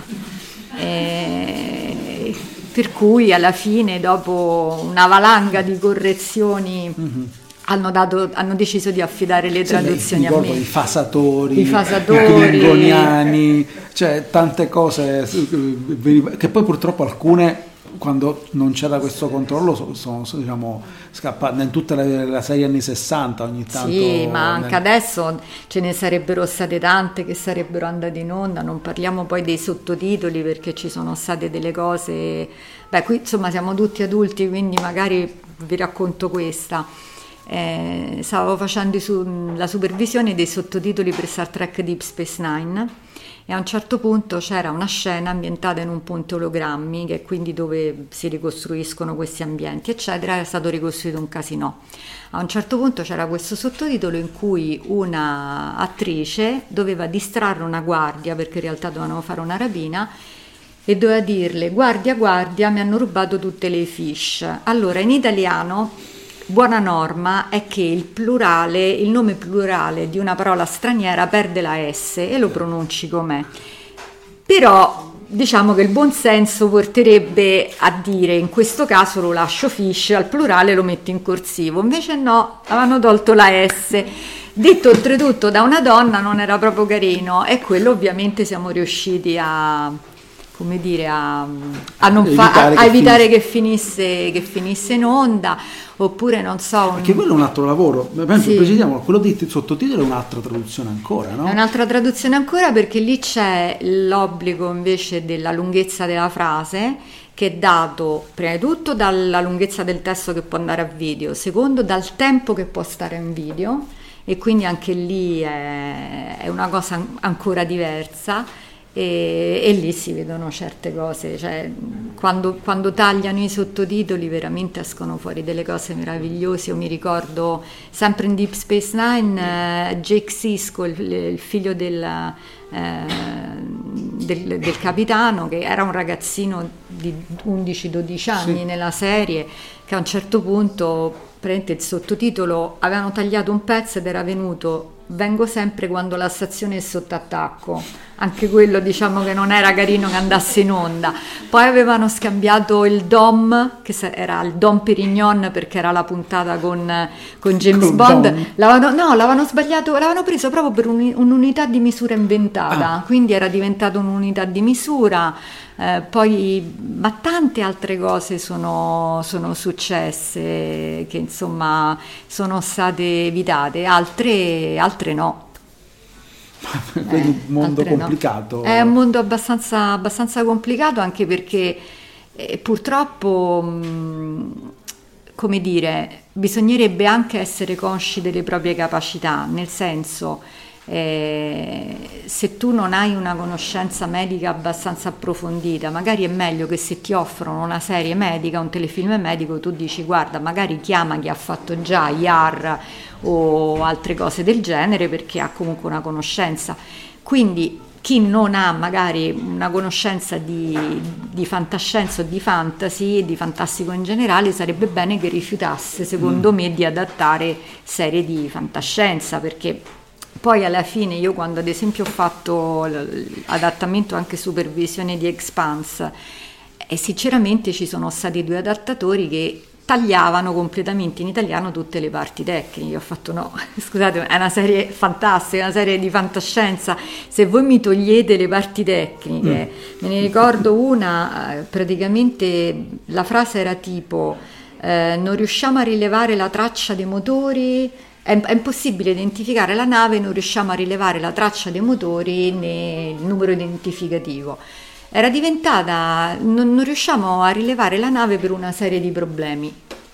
per cui alla fine dopo una valanga di correzioni hanno deciso di affidare le traduzioni a me.
I fasatori,
i
klingoniani, cioè tante cose che poi purtroppo alcune, quando non c'era questo controllo, sono diciamo scappate in tutta la serie anni 60 ogni tanto.
Sì, ma anche adesso ce ne sarebbero state tante che sarebbero andate in onda, non parliamo poi dei sottotitoli, perché ci sono state delle cose, qui insomma siamo tutti adulti, quindi magari vi racconto questa. Stavo facendo la supervisione dei sottotitoli per Star Trek Deep Space Nine e a un certo punto c'era una scena ambientata in un ponte ologrammi, che è quindi dove si ricostruiscono questi ambienti eccetera, è stato ricostruito un casinò. A un certo punto c'era questo sottotitolo in cui una attrice doveva distrarre una guardia, perché in realtà dovevano fare una rapina, e doveva dirle: guardia, mi hanno rubato tutte le fish. Allora in italiano buona norma è che il nome plurale di una parola straniera perde la S e lo pronunci com'è. Però diciamo che il buon senso porterebbe a dire: in questo caso lo lascio fish, al plurale lo metto in corsivo. Invece no, avevano tolto la S. Detto oltretutto da una donna non era proprio carino, e quello ovviamente siamo riusciti a evitare che finisse in onda. Oppure non so,
perché quello è un altro lavoro,
sì.
Precisiamo, quello di sottotitolo è un'altra traduzione ancora, no?
È un'altra traduzione ancora, perché lì c'è l'obbligo invece della lunghezza della frase, che è dato prima di tutto dalla lunghezza del testo che può andare a video, secondo dal tempo che può stare in video, e quindi anche lì è una cosa ancora diversa. E lì si vedono certe cose, cioè quando tagliano i sottotitoli veramente escono fuori delle cose meravigliose. Io mi ricordo sempre in Deep Space Nine Jake Sisko, il figlio del capitano, che era un ragazzino di 11-12 anni, sì, nella serie, che a un certo punto il sottotitolo avevano tagliato un pezzo ed era venuto: vengo sempre quando la stazione è sotto attacco. Anche quello diciamo che non era carino che andasse in onda. Poi avevano scambiato il Dom, che era il Dom Perignon, perché era la puntata con James Bond. L'avevano sbagliato, l'avevano preso proprio per un'unità di misura inventata, quindi era diventata un'unità di misura. Ma tante altre cose sono successe che insomma sono state evitate, altre no.
Quindi un mondo complicato.
No. È un mondo abbastanza complicato, anche perché purtroppo come dire, bisognerebbe anche essere consci delle proprie capacità, nel senso, se tu non hai una conoscenza medica abbastanza approfondita, magari è meglio che se ti offrono una serie medica, un telefilm medico, tu dici: guarda, magari chiama chi ha fatto già IAR o altre cose del genere, perché ha comunque una conoscenza. Quindi chi non ha magari una conoscenza di fantascienza o di fantasy e di fantastico in generale, sarebbe bene che rifiutasse, secondo me, di adattare serie di fantascienza, perché poi alla fine io, quando ad esempio ho fatto l'adattamento, anche supervisione di Expanse, e sinceramente ci sono stati 2 adattatori che tagliavano completamente in italiano tutte le parti tecniche. Io ho fatto: no, scusate, è una serie fantastica, una serie di fantascienza, se voi mi togliete le parti tecniche. Me ne ricordo una, praticamente la frase era tipo: non riusciamo a rilevare la traccia dei motori, è impossibile identificare la nave, non riusciamo a rilevare la traccia dei motori nel numero identificativo. Era diventata: non riusciamo a rilevare la nave per una serie di problemi.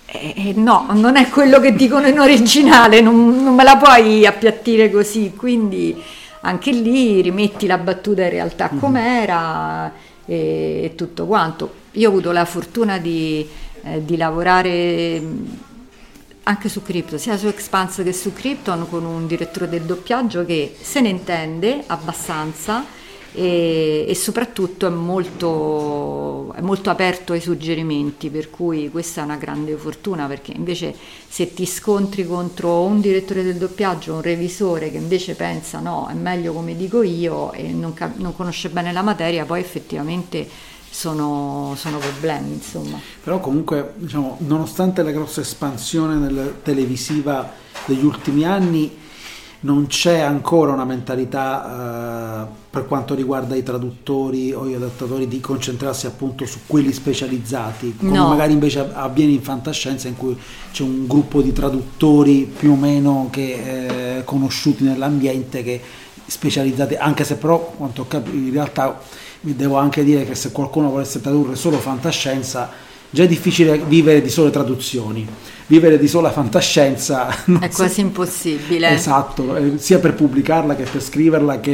No, non è quello che dicono in originale, non me la puoi appiattire così, quindi anche lì rimetti la battuta in realtà com'era e tutto quanto. Io ho avuto la fortuna di lavorare anche su Krypton, sia su Expanse che su Krypton, con un direttore del doppiaggio che se ne intende abbastanza e soprattutto è molto aperto ai suggerimenti, per cui questa è una grande fortuna, perché invece se ti scontri contro un direttore del doppiaggio, un revisore che invece pensa no, è meglio come dico io e non conosce bene la materia, poi effettivamente sono problemi, insomma.
Però comunque, diciamo, nonostante la grossa espansione televisiva degli ultimi anni, non c'è ancora una mentalità per quanto riguarda i traduttori o gli adattatori di concentrarsi appunto su quelli specializzati, come magari invece avviene in fantascienza, in cui c'è un gruppo di traduttori più o meno che conosciuti nell'ambiente, che specializzati, anche se però quanto in realtà vi devo anche dire che se qualcuno volesse tradurre solo fantascienza, già è difficile vivere di sole traduzioni, vivere di sola fantascienza
è quasi impossibile.
Esatto, sia per pubblicarla che per scriverla che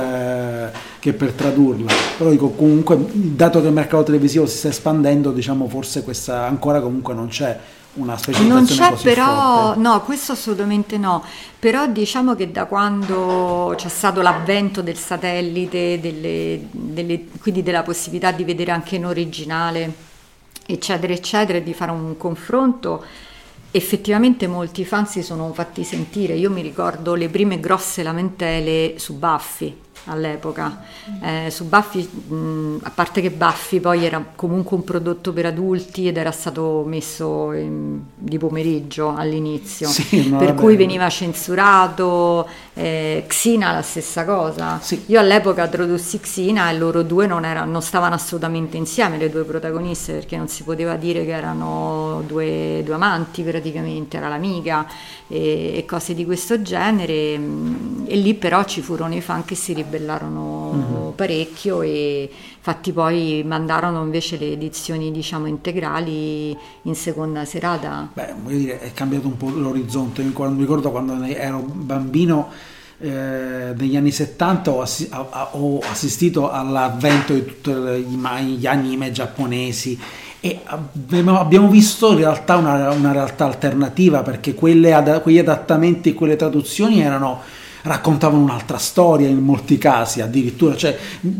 per tradurla. Però dico, comunque, dato che il mercato televisivo si sta espandendo, diciamo, forse questa ancora comunque non c'è una specializzazione
non c'è,
così
però
forte.
no, questo assolutamente no, però diciamo che da quando c'è stato l'avvento del satellite, quindi della possibilità di vedere anche in originale, eccetera eccetera, e di fare un confronto, effettivamente molti fan si sono fatti sentire. Io mi ricordo le prime grosse lamentele su Buffy all'epoca, su Buffy, a parte che Buffy poi era comunque un prodotto per adulti ed era stato messo di pomeriggio all'inizio, per cui veniva censurato. Xena la stessa cosa, io all'epoca tradussi Xena e loro due non stavano assolutamente insieme, le due protagoniste, perché non si poteva dire che erano due amanti, praticamente era l'amica e cose di questo genere, e lì però ci furono i fan che si ribellarono parecchio, e infatti poi mandarono invece le edizioni, diciamo, integrali in seconda serata.
Beh, voglio dire, è cambiato un po' l'orizzonte. Mi ricordo quando ero bambino, negli anni 70 ho assistito all'avvento di tutti gli anime giapponesi, e abbiamo visto in realtà una realtà alternativa, perché quegli adattamenti e quelle traduzioni raccontavano un'altra storia in molti casi, addirittura, cioè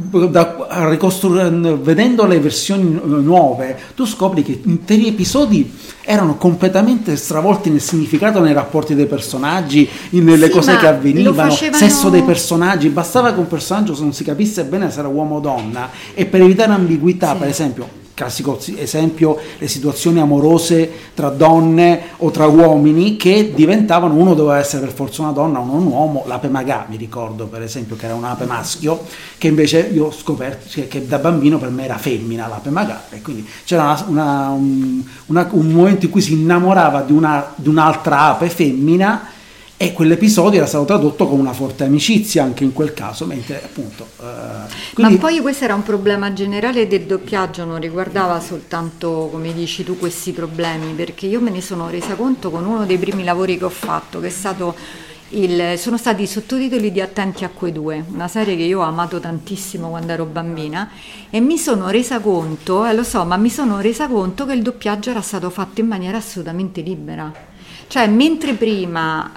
vedendo le versioni nuove tu scopri che interi episodi erano completamente stravolti nel significato, nei rapporti dei personaggi, nelle cose che avvenivano, sesso dei personaggi. Bastava che un personaggio non si capisse bene se era uomo o donna, e per evitare ambiguità, per esempio, classico esempio, le situazioni amorose tra donne o tra uomini che diventavano, uno doveva essere per forza una donna, uno un uomo. L'Ape Maga, mi ricordo per esempio, che era un ape maschio, che invece io ho scoperto che da bambino per me era femmina l'Ape Maga, e quindi c'era un momento in cui si innamorava di un'altra ape femmina, e quell'episodio era stato tradotto con una forte amicizia anche in quel caso, mentre appunto quindi...
Ma poi questo era un problema generale del doppiaggio, non riguardava soltanto, come dici tu, questi problemi, perché io me ne sono resa conto con uno dei primi lavori che ho fatto, che è stato sono stati i sottotitoli di Attenti a quei due, una serie che io ho amato tantissimo quando ero bambina, e mi sono resa conto, lo so, ma mi sono resa conto che il doppiaggio era stato fatto in maniera assolutamente libera. Cioè, mentre prima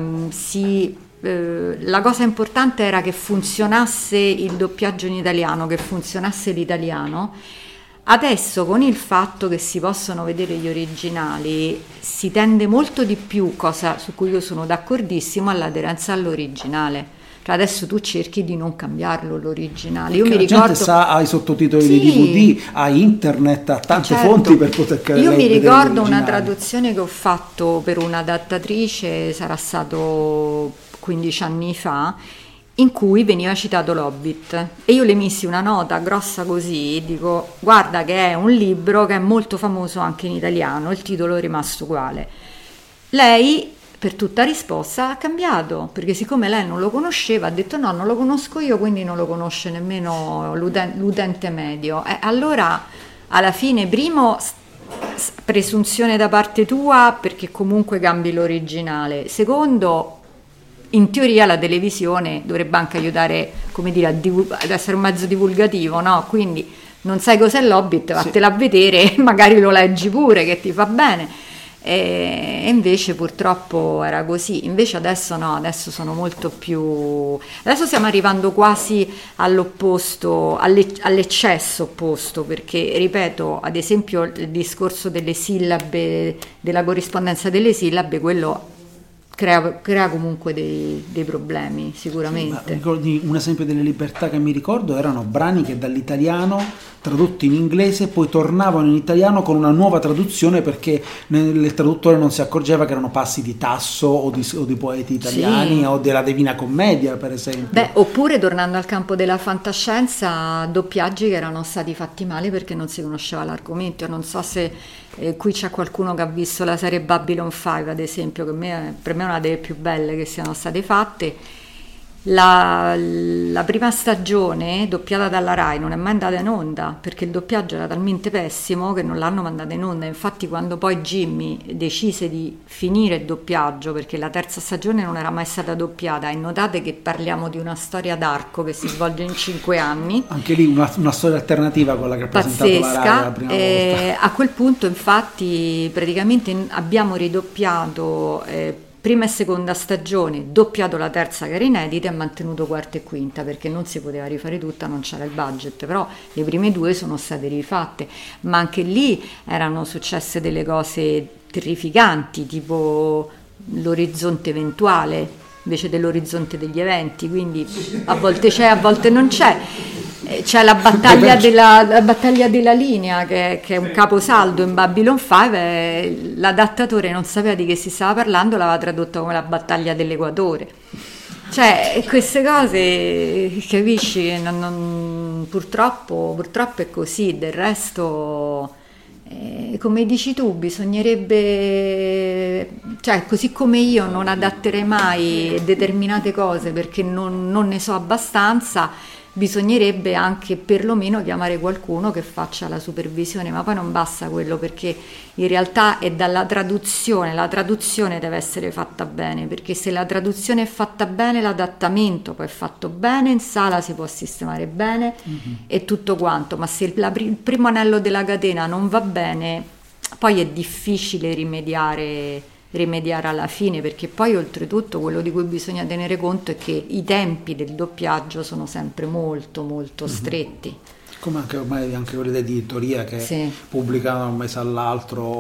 la cosa importante era che funzionasse il doppiaggio in italiano, che funzionasse l'italiano, adesso con il fatto che si possono vedere gli originali si tende molto di più, cosa su cui io sono d'accordissimo, all'aderenza all'originale. Cioè adesso tu cerchi di non cambiarlo l'originale. Io mi ricordo,
gente ha i sottotitoli di DVD, ha internet, ha tante fonti per poter
vedere. Io mi ricordo una traduzione che ho fatto per un'adattatrice, sarà stato 15 anni fa, in cui veniva citato l'Hobbit, e io le missi una nota grossa così, dico: guarda che è un libro che è molto famoso anche in italiano, il titolo è rimasto uguale. Lei, per tutta risposta, ha cambiato, perché siccome lei non lo conosceva ha detto: no, non lo conosco io, quindi non lo conosce nemmeno l'utente medio. Allora alla fine, primo, presunzione da parte tua perché comunque cambi l'originale. Secondo, in teoria la televisione dovrebbe anche aiutare, come dire, ad essere un mezzo divulgativo, no? Quindi non sai cos'è l'Hobbit, vattela a vedere, magari lo leggi pure che ti fa bene. E invece purtroppo era così. Invece adesso no, adesso sono molto più, adesso stiamo arrivando quasi all'opposto, all'eccesso opposto, perché ripeto, ad esempio il discorso delle sillabe, della corrispondenza delle sillabe, quello crea comunque dei problemi sicuramente.
Ricordi un esempio delle libertà che mi ricordo? Erano brani che dall'italiano tradotti in inglese poi tornavano in italiano con una nuova traduzione, perché il traduttore non si accorgeva che erano passi di Tasso o di poeti italiani, sì, o della Divina Commedia, per esempio.
Beh, oppure tornando al campo della fantascienza, doppiaggi che erano stati fatti male perché non si conosceva l'argomento. Io non so se qui c'è qualcuno che ha visto la serie Babylon 5, ad esempio, che per me è una delle più belle che siano state fatte. La prima stagione doppiata dalla Rai non è mai andata in onda perché il doppiaggio era talmente pessimo che non l'hanno mandata in onda. Infatti quando poi Jimmy decise di finire il doppiaggio, perché la terza stagione non era mai stata doppiata, e notate che parliamo di una storia d'arco che si svolge in 5 anni, anche lì
una storia alternativa a quella che ha presentato la Rai la prima volta.
A quel punto infatti praticamente abbiamo ridoppiato prima e seconda stagione, doppiato la terza che era inedita e mantenuto quarta e quinta perché non si poteva rifare tutta, non c'era il budget, però le prime 2 sono state rifatte, ma anche lì erano successe delle cose terrificanti, tipo l'orizzonte eventuale invece dell'orizzonte degli eventi, quindi a volte c'è, a volte non c'è. C'è la battaglia della linea che è un caposaldo in Babylon 5, l'adattatore non sapeva di che si stava parlando, l'aveva tradotto come la battaglia dell'Equatore. Cioè queste cose, capisci, che purtroppo è così. Del resto, come dici tu, bisognerebbe, cioè così come io non adatterei mai determinate cose perché non ne so abbastanza, bisognerebbe anche perlomeno chiamare qualcuno che faccia la supervisione, ma poi non basta quello, perché in realtà è dalla traduzione, la traduzione deve essere fatta bene, perché se la traduzione è fatta bene, l'adattamento poi è fatto bene, in sala si può sistemare bene, e tutto quanto, ma se il primo anello della catena non va bene, poi è difficile rimediare alla fine, perché poi oltretutto quello di cui bisogna tenere conto è che i tempi del doppiaggio sono sempre molto molto stretti,
come anche ormai anche quelli di editoria che pubblicano da un mese all'altro,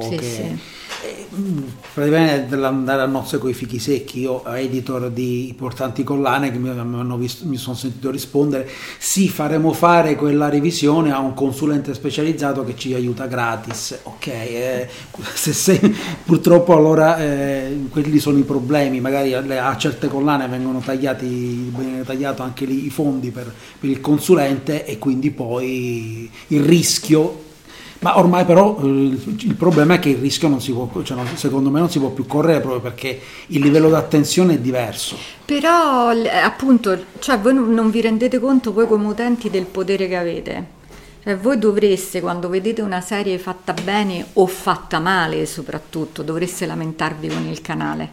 praticamente dell'andare a nozze coi fichi secchi. Io, editor di importanti collane, che mi sono sentito rispondere: sì, faremo fare quella revisione a un consulente specializzato che ci aiuta gratis. Ok, purtroppo allora quelli sono i problemi, magari a certe collane viene tagliato anche lì i fondi per il consulente, e quindi poi il rischio. Ma ormai però il problema è che il rischio non si può, secondo me non si può più correre, proprio perché il livello di attenzione è diverso.
Però appunto, cioè voi non vi rendete conto voi come utenti del potere che avete. Voi dovreste, quando vedete una serie fatta bene o fatta male soprattutto, dovreste lamentarvi con il canale,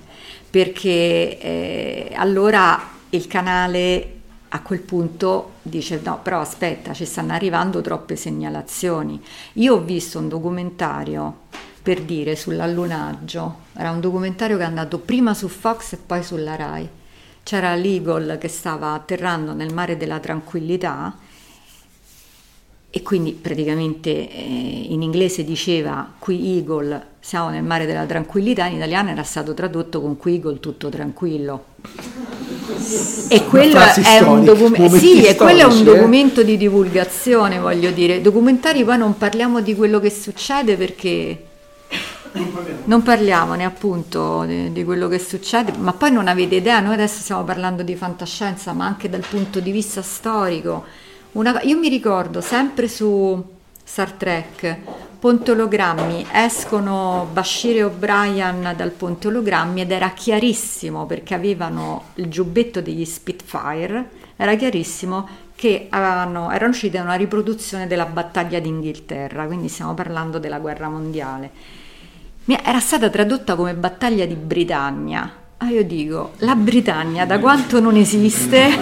perché allora il canale a quel punto dice: no, però aspetta, ci stanno arrivando troppe segnalazioni. Io ho visto un documentario, per dire, sull'allunaggio, era un documentario che è andato prima su Fox e poi sulla Rai. C'era l'Eagle che stava atterrando nel mare della tranquillità, e quindi praticamente in inglese diceva qui Eagle, siamo nel mare della tranquillità, in italiano era stato tradotto con qui Eagle, tutto tranquillo. E quello è un documento di divulgazione, voglio dire. Documentari, poi non parliamo di quello che succede, perché non parliamo né appunto di quello che succede, ma poi non avete idea. Noi adesso stiamo parlando di fantascienza, ma anche dal punto di vista storico. Io mi ricordo sempre su Star Trek, ponte ologrammi, escono Bashir e O'Brien dal ponte ologrammi ed era chiarissimo, perché avevano il giubbetto degli Spitfire, era chiarissimo che erano uscite una riproduzione della battaglia d'Inghilterra, quindi stiamo parlando della guerra mondiale. Era stata tradotta come battaglia di Britannia. Io dico, la Britannia da quanto non esiste?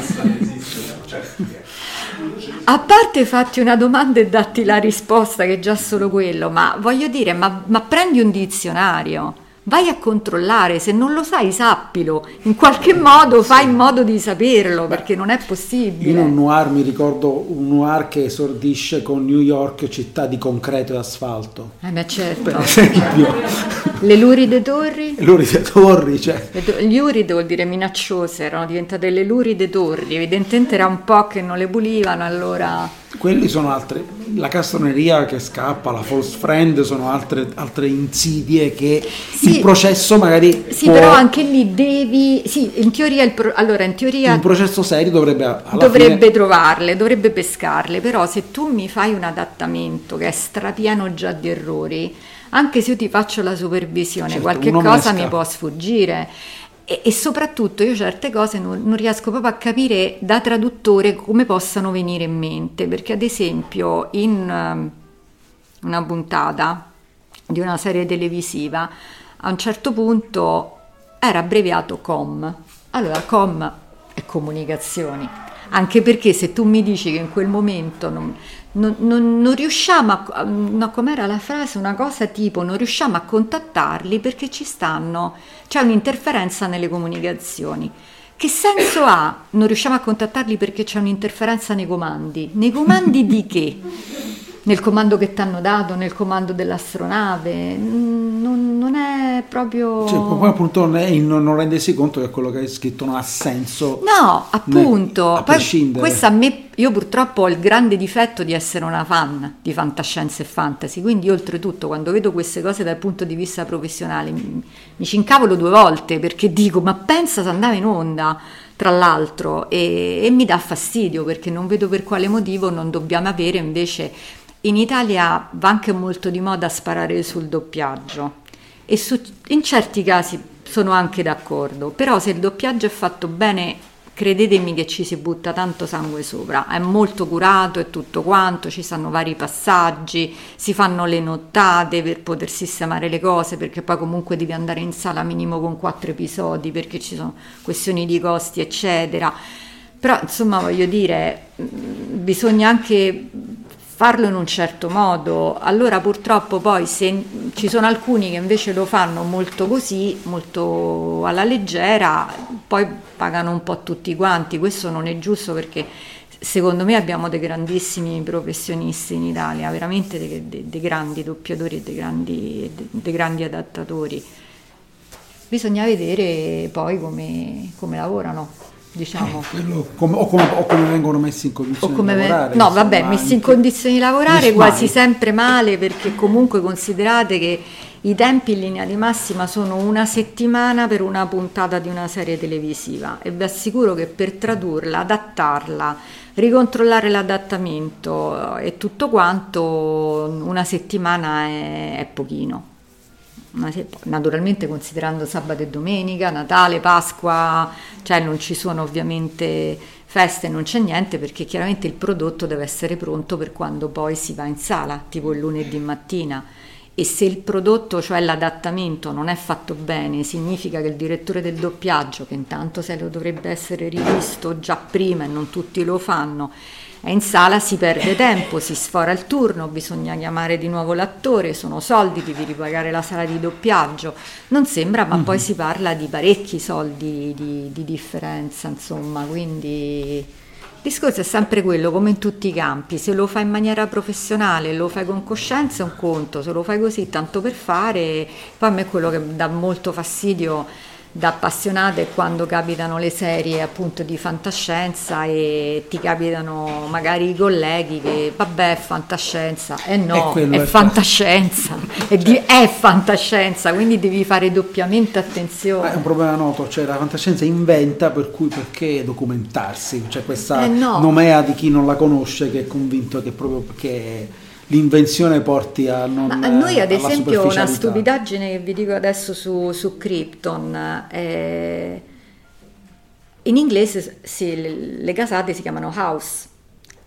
A parte fatti una domanda e datti la risposta, che è già solo quello, ma voglio dire, ma prendi un dizionario, vai a controllare, se non lo sai sappilo, in qualche modo fai in modo di saperlo, perché non è possibile.
In un noir mi ricordo un noir che esordisce con New York, città di concreto e asfalto.
Beh, certo.
Per esempio.
Le luride torri?
Luride torri, cioè.
Gli uride vuol dire minacciose, erano diventate le luride torri, evidentemente era un po' che non le pulivano, allora...
Quelli sono altre, la castroneria che scappa, la false friend, sono altre insidie che
sì,
il processo magari
sì, però anche lì devi, sì, in teoria in teoria
un processo serio dovrebbe
fine... trovarle, dovrebbe pescarle, però se tu mi fai un adattamento che è strapieno già di errori, anche se io ti faccio la supervisione, certo, qualche cosa mi può sfuggire. E soprattutto io certe cose non riesco proprio a capire da traduttore come possano venire in mente, perché ad esempio in una puntata di una serie televisiva a un certo punto era abbreviato COM. Allora COM è comunicazioni, anche perché se tu mi dici che in quel momento non riusciamo no, com'era la frase? Una cosa tipo non riusciamo a contattarli perché c'è un'interferenza nelle comunicazioni. Che senso ha non riusciamo a contattarli perché c'è un'interferenza nei comandi? Nei comandi di che? Nel comando che ti hanno dato, nel comando dell'astronave? Non è proprio...
Cioè, poi appunto non rendersi conto che quello che hai scritto non ha senso.
No, appunto.
A prescindere.
Questo a me, io purtroppo ho il grande difetto di essere una fan di fantascienza e fantasy, quindi oltretutto quando vedo queste cose dal punto di vista professionale mi ci incavolo 2 volte, perché dico, ma pensa se andava in onda, tra l'altro, e mi dà fastidio, perché non vedo per quale motivo non dobbiamo avere invece... In Italia va anche molto di moda sparare sul doppiaggio e in certi casi sono anche d'accordo, però se il doppiaggio è fatto bene, credetemi che ci si butta tanto sangue sopra, è molto curato e tutto quanto, ci stanno vari passaggi, si fanno le nottate per poter sistemare le cose, perché poi comunque devi andare in sala minimo con 4 episodi perché ci sono questioni di costi eccetera, però insomma voglio dire, bisogna anche farlo in un certo modo. Allora purtroppo poi se ci sono alcuni che invece lo fanno molto così, molto alla leggera, poi pagano un po' tutti quanti. Questo non è giusto, perché secondo me abbiamo dei grandissimi professionisti in Italia, veramente dei grandi doppiatori e dei grandi adattatori. Bisogna vedere poi come lavorano, diciamo.
O come vengono messi in condizioni di lavorare.
No, vabbè, messi in condizioni di lavorare quasi sempre male, perché comunque considerate che i tempi in linea di massima sono 1 settimana per una puntata di una serie televisiva, e vi assicuro che per tradurla, adattarla, ricontrollare l'adattamento e tutto quanto, 1 settimana è pochino. Naturalmente considerando sabato e domenica, Natale, Pasqua, cioè non ci sono ovviamente feste, non c'è niente, perché chiaramente il prodotto deve essere pronto per quando poi si va in sala, tipo il lunedì mattina, e se il prodotto, cioè l'adattamento, non è fatto bene, significa che il direttore del doppiaggio, che intanto se lo dovrebbe essere rivisto già prima e non tutti lo fanno, è in sala, si perde tempo, si sfora il turno, bisogna chiamare di nuovo l'attore, sono soldi, devi ripagare la sala di doppiaggio, non sembra, ma poi si parla di parecchi soldi di differenza, insomma, quindi il discorso è sempre quello, come in tutti i campi: se lo fai in maniera professionale, lo fai con coscienza è un conto, se lo fai così tanto per fare. Poi a me quello che dà molto fastidio da appassionata è quando capitano le serie appunto di fantascienza e ti capitano magari i colleghi che vabbè è fantascienza, no, è fantascienza, è fantascienza, quindi devi fare doppiamente attenzione.
È un problema noto, cioè la fantascienza inventa, per cui perché documentarsi? C'è questa nomea di chi non la conosce, che è convinto che proprio perché l'invenzione porti a non...
Ma noi ad esempio una stupidaggine che vi dico adesso su Krypton, in inglese le casate si chiamano house,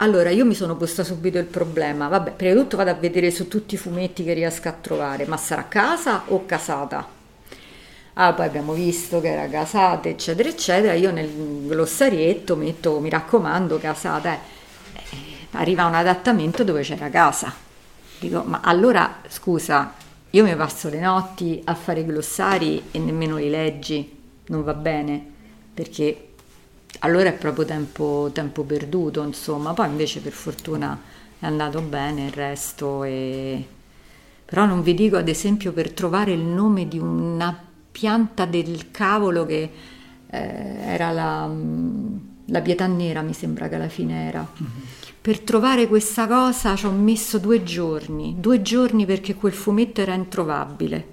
Allora, io mi sono posta subito il problema. Vabbè, prima di tutto vado a vedere su tutti i fumetti che riesco a trovare, ma sarà casa o casata? Ah, poi abbiamo visto che era casata, eccetera, eccetera. Io nel glossarietto metto, mi raccomando, casata. Arriva un adattamento dove c'era casa. Dico, ma allora, scusa, io mi passo le notti a fare i glossari e nemmeno li leggi, non va bene, perché allora è proprio tempo perduto, insomma. Poi invece per fortuna è andato bene il resto. Però non vi dico, ad esempio, per trovare il nome di una pianta del cavolo che era la pietà nera, mi sembra che alla fine era. Per trovare questa cosa ci ho messo 2 giorni perché quel fumetto era introvabile.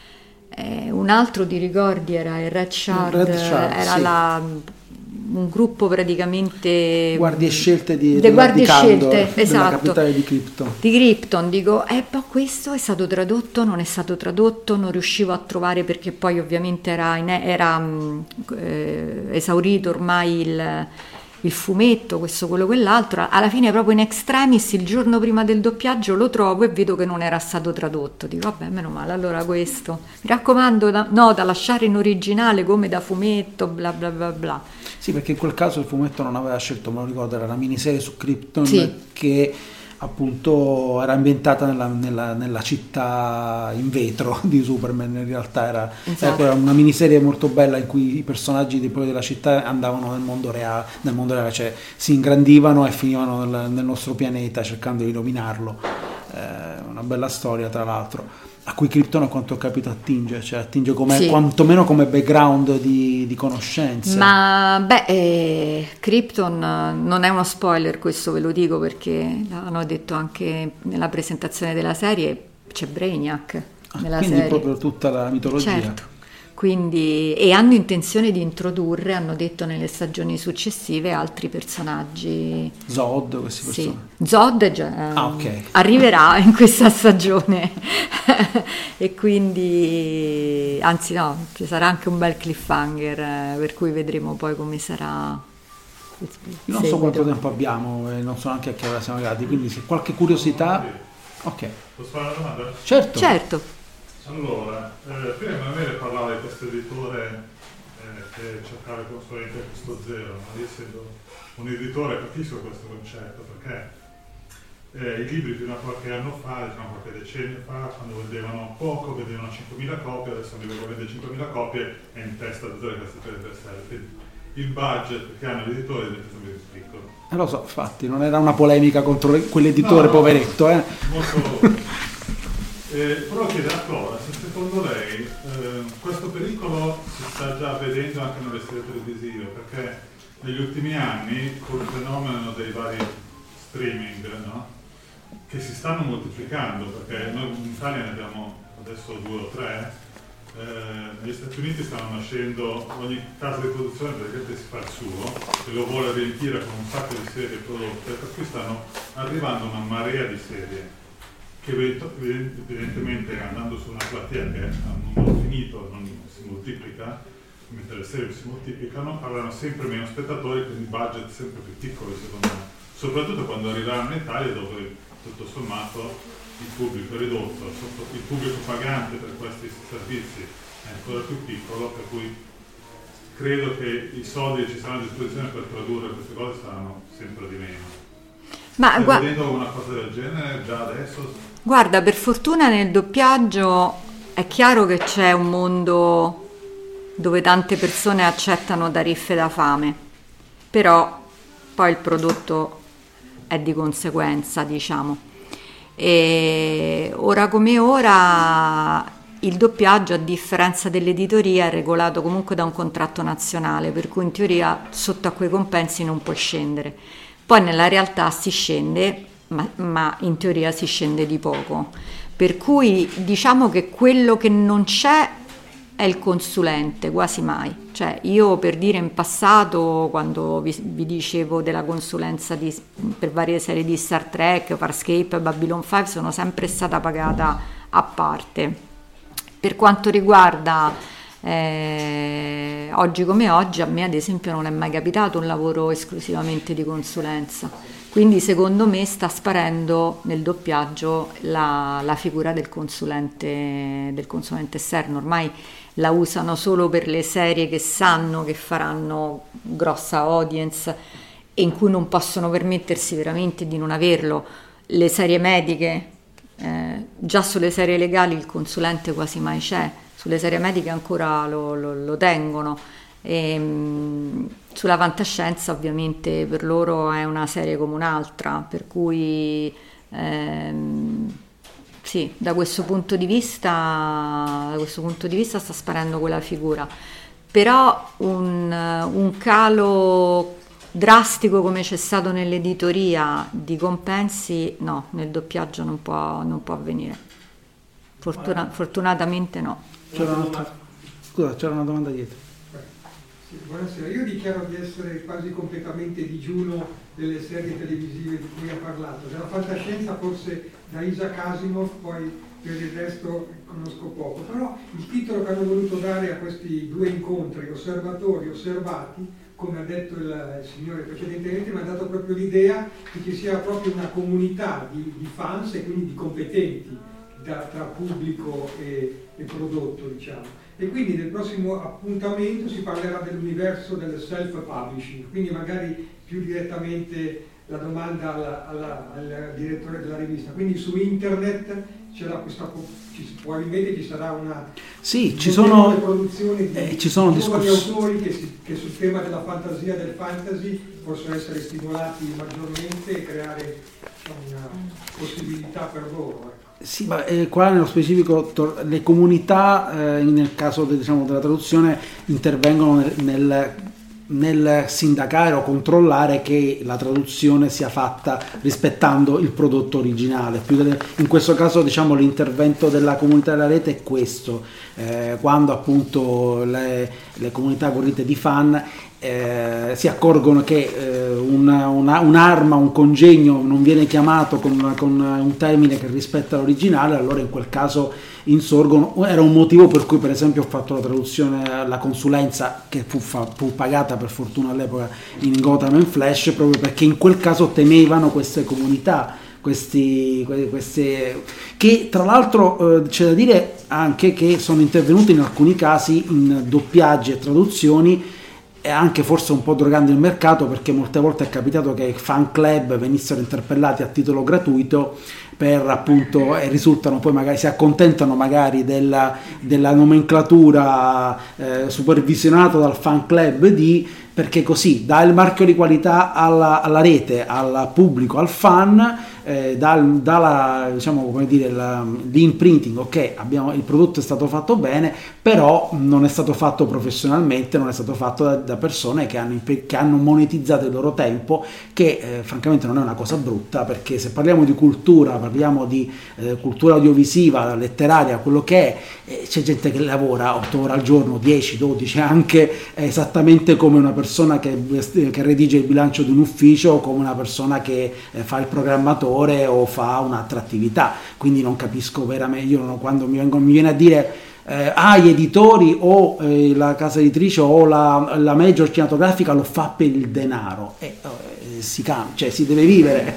Un altro, ti ricordi, era il Red Shard, era
sì.
Un gruppo praticamente
Guardie scelte di
guardie
Candor,
scelte, esatto,
della capitale di Krypton.
Dico, poi questo è stato tradotto, non è stato tradotto, non riuscivo a trovare perché poi ovviamente era esaurito ormai il fumetto, questo, quello, quell'altro. Alla fine, proprio in extremis, il giorno prima del doppiaggio lo trovo e vedo che non era stato tradotto. Dico, vabbè, meno male, allora questo. Mi raccomando, da lasciare in originale come da fumetto, bla bla bla bla.
Sì, perché in quel caso il fumetto non aveva scelto, me lo ricordo, era la miniserie su Krypton,
sì,
che appunto era ambientata nella città in vetro di Superman. In realtà
esatto,
era una miniserie molto bella in cui i personaggi della città andavano nel mondo reale, cioè si ingrandivano e finivano nel nostro pianeta cercando di dominarlo. Una bella storia, tra l'altro, a cui Krypton, a quanto ho capito, attinge come, sì, quantomeno come background di conoscenze.
Ma Krypton non è uno spoiler, questo ve lo dico perché l'hanno detto anche nella presentazione della serie, c'è Brainiac nella
quindi
serie.
Proprio tutta la mitologia.
Certo. Quindi, e hanno intenzione di introdurre, hanno detto nelle stagioni successive, altri personaggi.
Zod, questi personaggi.
Sì, Zod arriverà in questa stagione e quindi, anzi no, ci sarà anche un bel cliffhanger, per cui vedremo poi come sarà.
Io non so quanto tempo abbiamo e non so neanche a che ora siamo arrivati, quindi se qualche curiosità. Ok.
Posso fare una domanda?
Certo.
Allora, prima Emanuele parlava di questo editore che cercava i consulenti a costo zero, ma io essendo un editore capisco questo concetto, perché i libri fino a qualche anno fa, diciamo qualche decennio fa, quando vendevano poco, vendevano 5.000 copie, adesso vendono 5.000 copie e in testa tutte queste per bestseller. Quindi il budget che hanno gli editori diventa sempre più piccolo.
Lo so, infatti, non era una polemica contro quell'editore, no, poveretto.
Molto. Però chiedo a Flora, se secondo lei questo pericolo si sta già vedendo anche nelle serie televisive, perché negli ultimi anni, con il fenomeno dei vari streaming, no? Che si stanno moltiplicando, perché noi in Italia ne abbiamo adesso 2 o 3, negli Stati Uniti stanno nascendo, ogni casa di produzione praticamente si fa il suo e lo vuole riempire con un sacco di serie prodotte, per cui stanno arrivando una marea di serie che evidentemente, andando su una platea che ha un numero finito, non si moltiplica, mentre le serie si moltiplicano, avranno sempre meno spettatori, quindi budget sempre più piccoli, secondo me, soprattutto quando arriveranno in Italia, dove tutto sommato il pubblico è ridotto, il pubblico pagante per questi servizi è ancora più piccolo, per cui credo che i soldi che ci saranno a disposizione per tradurre queste cose saranno sempre di meno.
Ma
stai vedendo una cosa del genere già adesso?
Guarda, per fortuna nel doppiaggio è chiaro che c'è un mondo dove tante persone accettano tariffe da fame, però poi il prodotto è di conseguenza, diciamo. E ora come ora il doppiaggio, a differenza dell'editoria, è regolato comunque da un contratto nazionale, per cui in teoria sotto a quei compensi non può scendere. Poi nella realtà si scende, ma in teoria si scende di poco, per cui diciamo che quello che non c'è è il consulente, quasi mai. Cioè, io, per dire, in passato, quando vi dicevo della consulenza per varie serie di Star Trek, Farscape, Babylon 5, sono sempre stata pagata a parte. Per quanto riguarda oggi come oggi, a me ad esempio non è mai capitato un lavoro esclusivamente di consulenza, Quindi secondo me sta sparendo nel doppiaggio la figura del consulente esterno. Ormai la usano solo per le serie che sanno che faranno grossa audience e in cui non possono permettersi veramente di non averlo. Le serie mediche, già sulle serie legali il consulente quasi mai c'è, sulle serie mediche ancora lo tengono. Sulla fantascienza ovviamente per loro è una serie come un'altra, per cui sì, da questo punto di vista sta sparendo quella figura, però un calo drastico come c'è stato nell'editoria di compensi no, nel doppiaggio non può avvenire, fortunatamente no.
C'era una domanda dietro.
Sì, buonasera, io dichiaro di essere quasi completamente digiuno delle serie televisive di cui ha parlato, della fantascienza forse da Isaac Asimov, poi per il resto conosco poco, però il titolo che hanno voluto dare a questi due incontri, osservatori osservati, come ha detto il signore precedentemente, mi ha dato proprio l'idea che ci sia proprio una comunità di fans e quindi di competenti tra pubblico e prodotto, diciamo. E quindi nel prossimo appuntamento si parlerà dell'universo del self-publishing, quindi magari più direttamente la domanda al direttore della rivista. Quindi su internet probabilmente ci sarà una...
Sì, ci sono
produzioni di giovani autori che sul tema della fantasia, del fantasy, possono essere stimolati maggiormente e creare una possibilità per loro. Ecco.
Sì, ma qua nello specifico le comunità nel caso della traduzione intervengono nel sindacare o controllare che la traduzione sia fatta rispettando il prodotto originale. In questo caso l'intervento della comunità della rete è questo, quando appunto le comunità corrente di fan si accorgono che un'arma, un congegno non viene chiamato con un termine che rispetta l'originale, allora in quel caso insorgono. Era un motivo per cui per esempio ho fatto la traduzione, la consulenza che fu pagata per fortuna all'epoca in Gotham and Flash, proprio perché in quel caso temevano queste comunità, queste che tra l'altro c'è da dire anche che sono intervenuti in alcuni casi in doppiaggi e traduzioni, e anche forse un po' drogando il mercato, perché molte volte è capitato che fan club venissero interpellati a titolo gratuito per appunto, e risultano poi magari si accontentano magari della nomenclatura supervisionata dal fan club perché così dà il marchio di qualità alla rete, al pubblico, al fan, dà l'imprinting, ok, il prodotto è stato fatto bene, però non è stato fatto professionalmente, non è stato fatto da persone che hanno monetizzato il loro tempo, che francamente non è una cosa brutta, perché se parliamo di cultura, parliamo di cultura audiovisiva, letteraria, quello che è, c'è gente che lavora 8 ore al giorno, 10, 12, anche esattamente come una persona che redige il bilancio di un ufficio, o come una persona che fa il programmatore o fa un'altra attività. Quindi non capisco veramente, quando mi viene a dire gli editori o la casa editrice o la major cinematografica lo fa per il denaro, si deve vivere,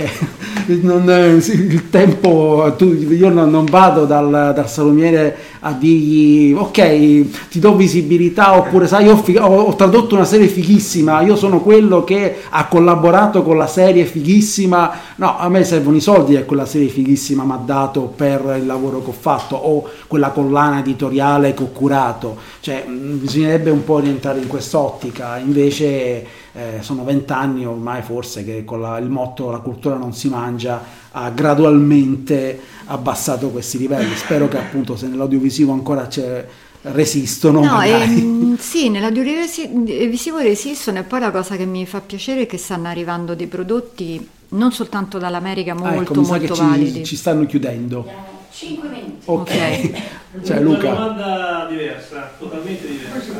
il tempo, io non vado dal salumiere a dirgli ok ti do visibilità, oppure sai ho tradotto una serie fighissima, io sono quello che ha collaborato con la serie fighissima. No, a me servono i soldi che quella serie fighissima mi ha dato per il lavoro che ho fatto, o quella collana editoriale che ho curato. Bisognerebbe un po' rientrare in quest'ottica. Invece sono 20 anni ormai forse che con il motto "la cultura non si mangia" ha gradualmente abbassato questi livelli. Spero che appunto, se nell'audiovisivo ancora resistono.
No, sì, nell'audiovisivo resistono, e poi la cosa che mi fa piacere è che stanno arrivando dei prodotti non soltanto dall'America, molto validi.
Ci stanno chiudendo.
5 minuti.
Ok.
Una
Luca.
domanda diversa, totalmente diversa.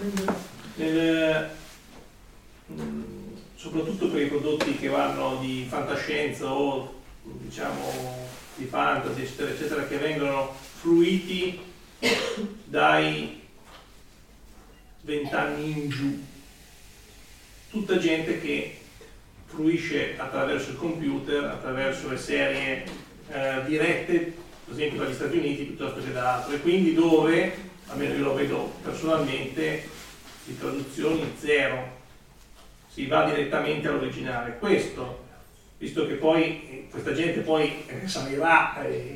Soprattutto per i prodotti che vanno di fantascienza o di fantasy, eccetera, eccetera, che vengono fruiti dai 20 anni in giù, tutta gente che fruisce attraverso il computer, attraverso le serie dirette, per esempio dagli Stati Uniti piuttosto che da altre, quindi dove, almeno io lo vedo personalmente, di traduzioni zero, si va direttamente all'originale. Questo, visto che poi questa gente poi salirà,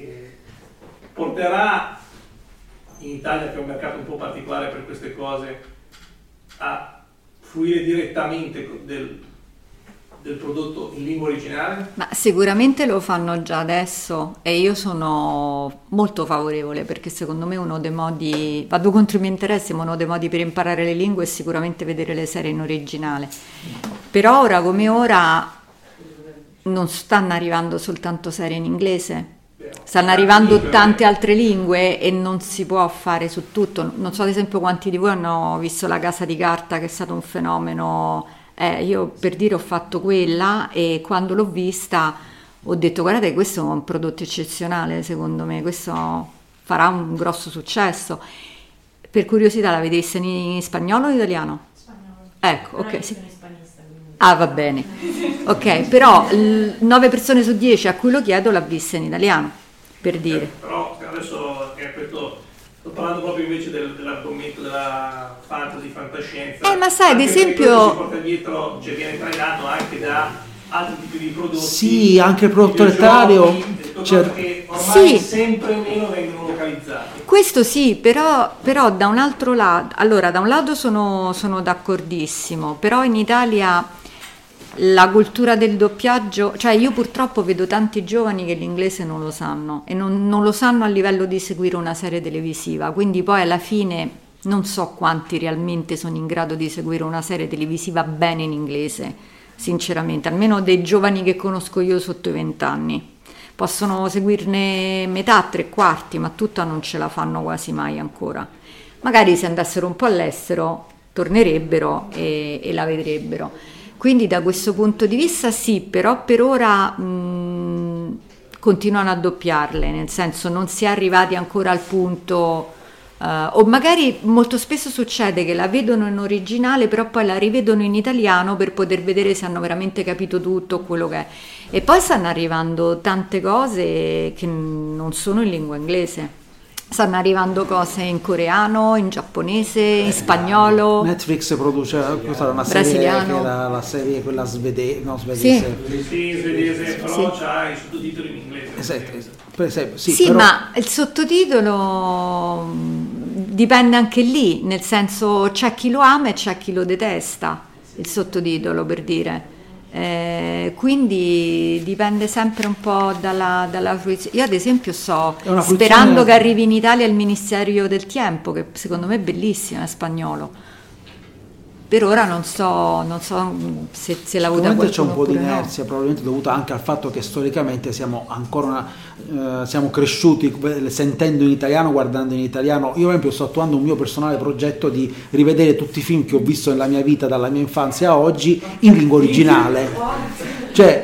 porterà in Italia, che è un mercato un po' particolare per queste cose, a fruire direttamente del prodotto in lingua originale?
Ma sicuramente lo fanno già adesso e io sono molto favorevole, perché secondo me uno dei modi, vado contro i miei interessi, ma uno dei modi per imparare le lingue è sicuramente vedere le serie in originale. Però ora come ora non stanno arrivando soltanto serie in inglese, stanno arrivando tante altre lingue e non si può fare su tutto. Non so ad esempio quanti di voi hanno visto La Casa di Carta, che è stato un fenomeno. Io per dire ho fatto quella e quando l'ho vista ho detto guardate, questo è un prodotto eccezionale, secondo me questo farà un grosso successo. Per curiosità, l'avete vista in spagnolo o in italiano?
Spagnolo.
Ecco, ok,
Sono
sì.
ispanista, quindi.
Ah, va bene. Ok, però 9 persone su 10 a cui lo chiedo l'ha vista in italiano, per dire.
Però adesso sto parlando proprio invece dell'argomento della fantascienza.
Ma sai, ad esempio,
si porta dietro, cioè viene trainato anche da altri tipi di prodotti.
Sì, anche il prodotto letterario.
Che ormai sempre meno vengono localizzati.
Questo sì, però da un altro lato, allora da un lato sono d'accordissimo, però in Italia la cultura del doppiaggio, cioè io purtroppo vedo tanti giovani che l'inglese non lo sanno e non lo sanno a livello di seguire una serie televisiva, quindi poi alla fine non so quanti realmente sono in grado di seguire una serie televisiva bene in inglese, sinceramente, almeno dei giovani che conosco io sotto i 20 anni. Possono seguirne metà, 3/4, ma tutta non ce la fanno quasi mai ancora. Magari se andassero un po' all'estero tornerebbero e la vedrebbero. Quindi da questo punto di vista sì, però per ora continuano a doppiarle, nel senso non si è arrivati ancora al punto, o magari molto spesso succede che la vedono in originale però poi la rivedono in italiano per poter vedere se hanno veramente capito tutto quello che è. E poi stanno arrivando tante cose che non sono in lingua inglese. Stanno arrivando cose in coreano, in giapponese, in spagnolo.
Netflix produce una serie
brasiliano.
che era la serie quella svedese.
Sì, svedese, però c'ha i sottotitoli in inglese.
Sì, però...
ma il sottotitolo dipende anche lì, nel senso c'è chi lo ama e c'è chi lo detesta, il sottotitolo, per dire. Quindi dipende sempre un po' dalla fruizione. Io ad esempio sto sperando che arrivi in Italia il Ministero del Tempo, che secondo me è bellissimo, è spagnolo. Per ora non so se l'ha avuta qualcuno.
C'è un po' di inerzia,
no.
probabilmente dovuta anche al fatto che storicamente siamo cresciuti sentendo in italiano, guardando in italiano. Io per esempio sto attuando un mio personale progetto di rivedere tutti i film che ho visto nella mia vita dalla mia infanzia a oggi in lingua originale. Cioè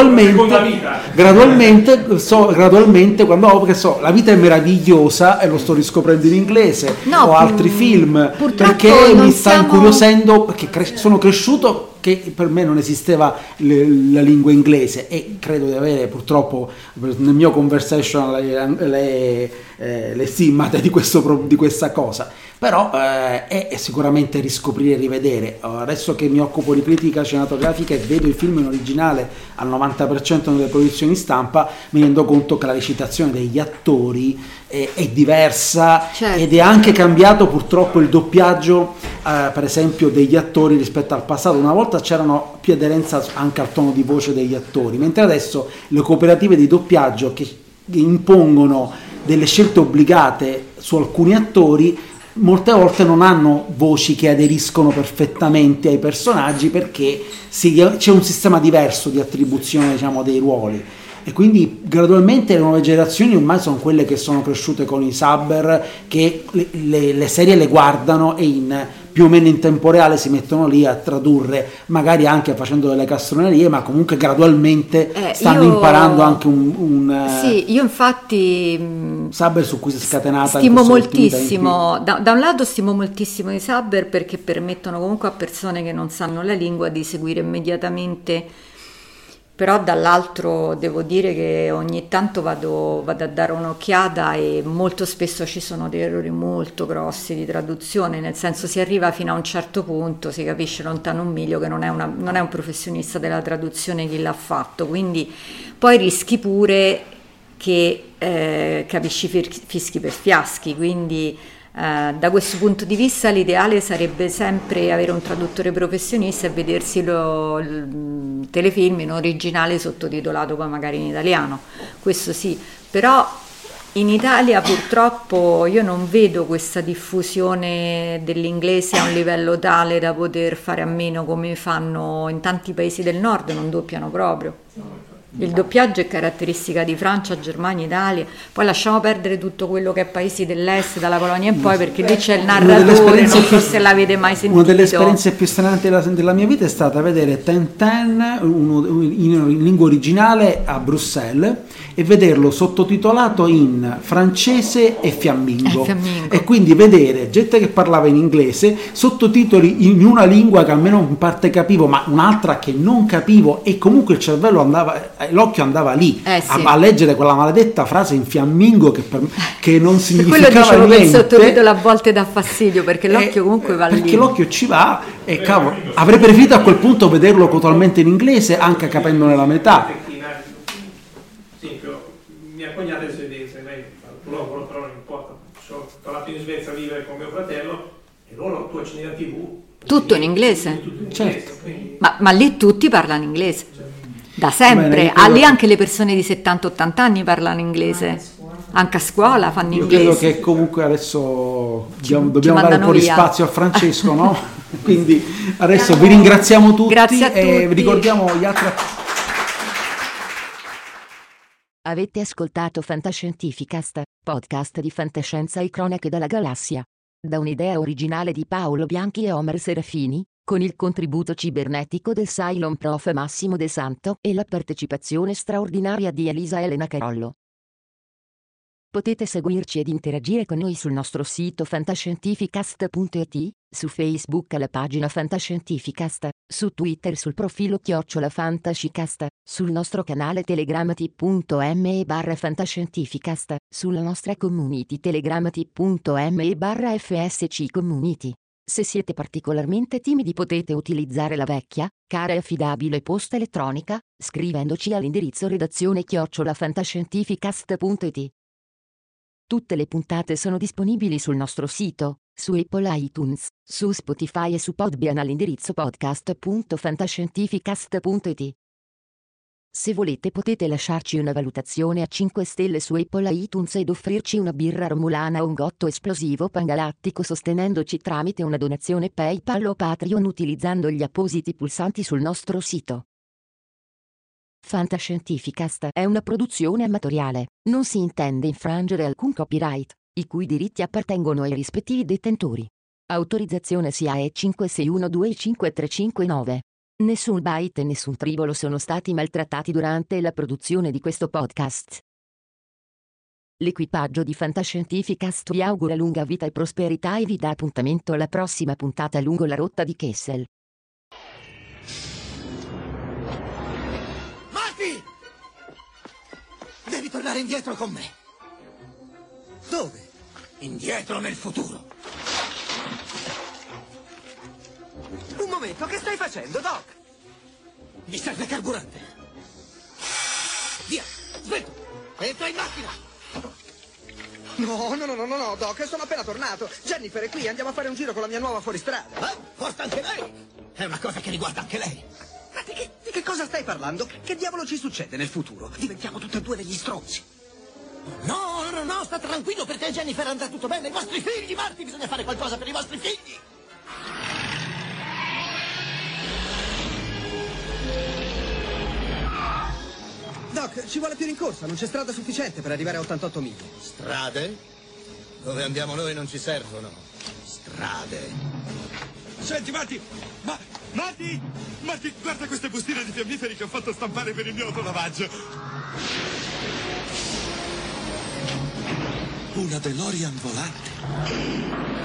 gradualmente quando la vita è meravigliosa e lo sto riscoprendo in inglese, o altri film, perché mi sta incuriosendo, perché sono cresciuto che per me non esisteva la lingua inglese e credo di avere purtroppo nel mio conversation le stimmate di questa cosa, però è sicuramente riscoprire e rivedere. Adesso che mi occupo di critica cinematografica e vedo i film in originale al 90% nelle produzioni stampa, mi rendo conto che la recitazione degli attori è diversa, certo. Ed è anche cambiato purtroppo il doppiaggio per esempio degli attori rispetto al passato. Una volta c'erano più aderenza anche al tono di voce degli attori, mentre adesso le cooperative di doppiaggio che impongono delle scelte obbligate su alcuni attori molte volte non hanno voci che aderiscono perfettamente ai personaggi, perché c'è un sistema diverso di attribuzione, diciamo, dei ruoli. E quindi gradualmente le nuove generazioni ormai sono quelle che sono cresciute con i subber, che le serie le guardano e più o meno in tempo reale si mettono lì a tradurre, magari anche facendo delle castronerie, ma comunque gradualmente stanno imparando anche
Sì, io infatti
subber su cui si è scatenata.
Stimo moltissimo, da un lato stimo moltissimo i subber perché permettono comunque a persone che non sanno la lingua di seguire immediatamente però dall'altro devo dire che ogni tanto vado a dare un'occhiata e molto spesso ci sono dei errori molto grossi di traduzione, nel senso si arriva fino a un certo punto, si capisce lontano un miglio che non è un professionista della traduzione chi l'ha fatto, quindi poi rischi pure che capisci fischi per fiaschi, quindi da questo punto di vista l'ideale sarebbe sempre avere un traduttore professionista e vedersi il telefilm in originale sottotitolato poi magari in italiano, questo sì, però in Italia purtroppo io non vedo questa diffusione dell'inglese a un livello tale da poter fare a meno come fanno in tanti paesi del nord, non doppiano proprio. Il doppiaggio è caratteristica di Francia, Germania, Italia, poi lasciamo perdere tutto quello che è paesi dell'est, dalla Polonia in poi, perché lì c'è il narratore, non so se l'avete mai sentito.
Una delle esperienze più stranate della mia vita è stata vedere Tintin in lingua originale a Bruxelles e vederlo sottotitolato in francese e fiammingo. E quindi vedere gente che parlava in inglese, sottotitoli in una lingua che almeno in parte capivo, ma un'altra che non capivo, e comunque il cervello l'occhio andava lì a leggere quella maledetta frase in fiammingo che non significava
quello dicevo
niente.
Che il sottotitolo a volte dà fastidio perché l'occhio comunque va lì.
Perché l'occhio ci va e cavolo, avrei preferito a quel punto vederlo totalmente in inglese, anche capendone la metà.
Esempio, mia cognata è svedese, lei fa il lavoro, però non importa. Sono tornato in Svezia a vivere con mio fratello e loro tu accendi la TV.
Tutto in inglese?
Certo.
Ma lì tutti parlano inglese. Da sempre, lì anche le persone di 70-80 anni parlano inglese, anche a scuola fanno inglese.
Io credo che comunque adesso dobbiamo dare un po' di spazio a Francesco, no? Quindi adesso vi ringraziamo tutti, e vi ricordiamo gli altri.
Avete ascoltato Fantascientificast, podcast di fantascienza e cronache dalla galassia. Da un'idea originale di Paolo Bianchi e Omer Serafini, con il contributo cibernetico del Cylon Prof Massimo De Santo e la partecipazione straordinaria di Elisa Elena Carollo. Potete seguirci ed interagire con noi sul nostro sito fantascientificast.it, su Facebook alla pagina Fantascientificast, su Twitter sul profilo @fantascicast, sul nostro canale Telegram t.me/fantascientificast, sulla nostra community Telegram t.me/FSC Community. Se siete particolarmente timidi potete utilizzare la vecchia, cara e affidabile posta elettronica, scrivendoci all'indirizzo redazione@fantascientificast.it. Tutte le puntate sono disponibili sul nostro sito, su Apple iTunes, su Spotify e su Podbean all'indirizzo podcast.fantascientificast.it. Se volete potete lasciarci una valutazione a 5 stelle su Apple iTunes ed offrirci una birra romulana o un gotto esplosivo pangalattico sostenendoci tramite una donazione PayPal o Patreon utilizzando gli appositi pulsanti sul nostro sito. Fantascientificast è una produzione amatoriale, non si intende infrangere alcun copyright, i cui diritti appartengono ai rispettivi detentori. Autorizzazione SIAE 56125359. Nessun byte e nessun tribolo sono stati maltrattati durante la produzione di questo podcast. L'equipaggio di Fantascientificast vi augura lunga vita e prosperità e vi dà appuntamento alla prossima puntata lungo la rotta di Kessel.
Marty! Devi tornare indietro con me. Dove? Indietro nel futuro. Un momento, che stai facendo, Doc? Mi serve carburante. Via, svelto. Entra in macchina.
No, Doc, sono appena tornato. Jennifer è qui, andiamo a fare un giro con la mia nuova fuoristrada.
Forse anche lei? È una cosa che riguarda anche lei.
Ma di che cosa stai parlando? Che diavolo ci succede nel futuro? Diventiamo tutti e due degli stronzi.
No, sta tranquillo perché Jennifer andrà tutto bene. I vostri figli, Marty, bisogna fare qualcosa per i vostri figli.
Doc, ci vuole più rincorsa, non c'è strada sufficiente per arrivare a 88 miglia.
Strade? Dove andiamo noi non ci servono strade.
Senti, Marty, guarda queste bustine di fiammiferi che ho fatto stampare per il mio autolavaggio. Una DeLorean volante.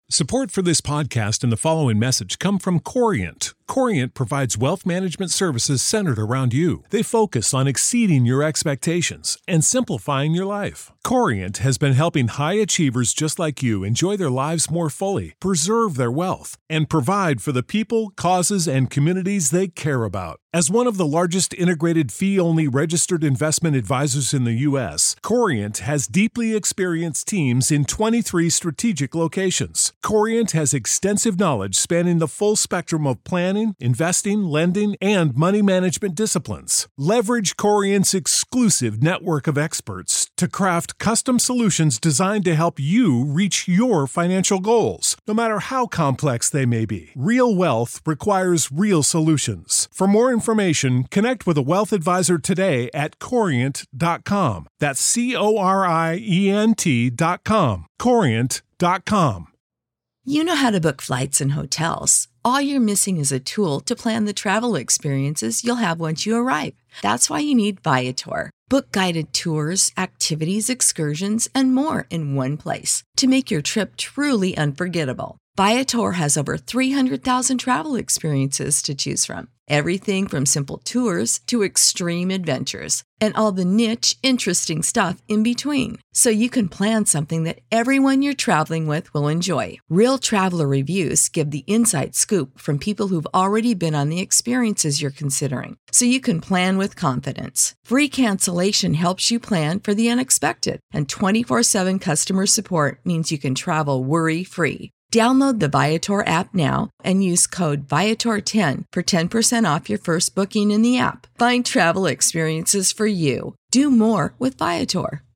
Support for this podcast and the following message come from Corient. Corient provides wealth management services centered around you. They focus on exceeding your expectations and simplifying your life. Corient has been helping high achievers just like you enjoy their lives more fully, preserve their wealth, and provide for the people, causes, and communities they care about. As one of the largest integrated fee-only registered investment advisors in the U.S., Corient has deeply experienced teams in 23 strategic locations. Corient has extensive knowledge spanning the full spectrum of planning, investing, lending, and money management disciplines. Leverage Corient's exclusive network of experts to craft custom solutions designed to help you reach your financial goals, no matter how complex they may be. Real wealth requires real solutions. For more information, connect with a wealth advisor today at Corient.com. That's Corient.com. Corient.com.
You know how to book flights and hotels. All you're missing is a tool to plan the travel experiences you'll have once you arrive. That's why you need Viator. Book guided tours, activities, excursions, and more in one place to make your trip truly unforgettable. Viator has over 300,000 travel experiences to choose from. Everything from simple tours to extreme adventures and all the niche, interesting stuff in between. So you can plan something that everyone you're traveling with will enjoy. Real traveler reviews give the inside scoop from people who've already been on the experiences you're considering. So you can plan with confidence. Free cancellation helps you plan for the unexpected. And 24/7 customer support means you can travel worry-free. Download the Viator app now and use code Viator10 for 10% off your first booking in the app. Find travel experiences for you. Do more with Viator.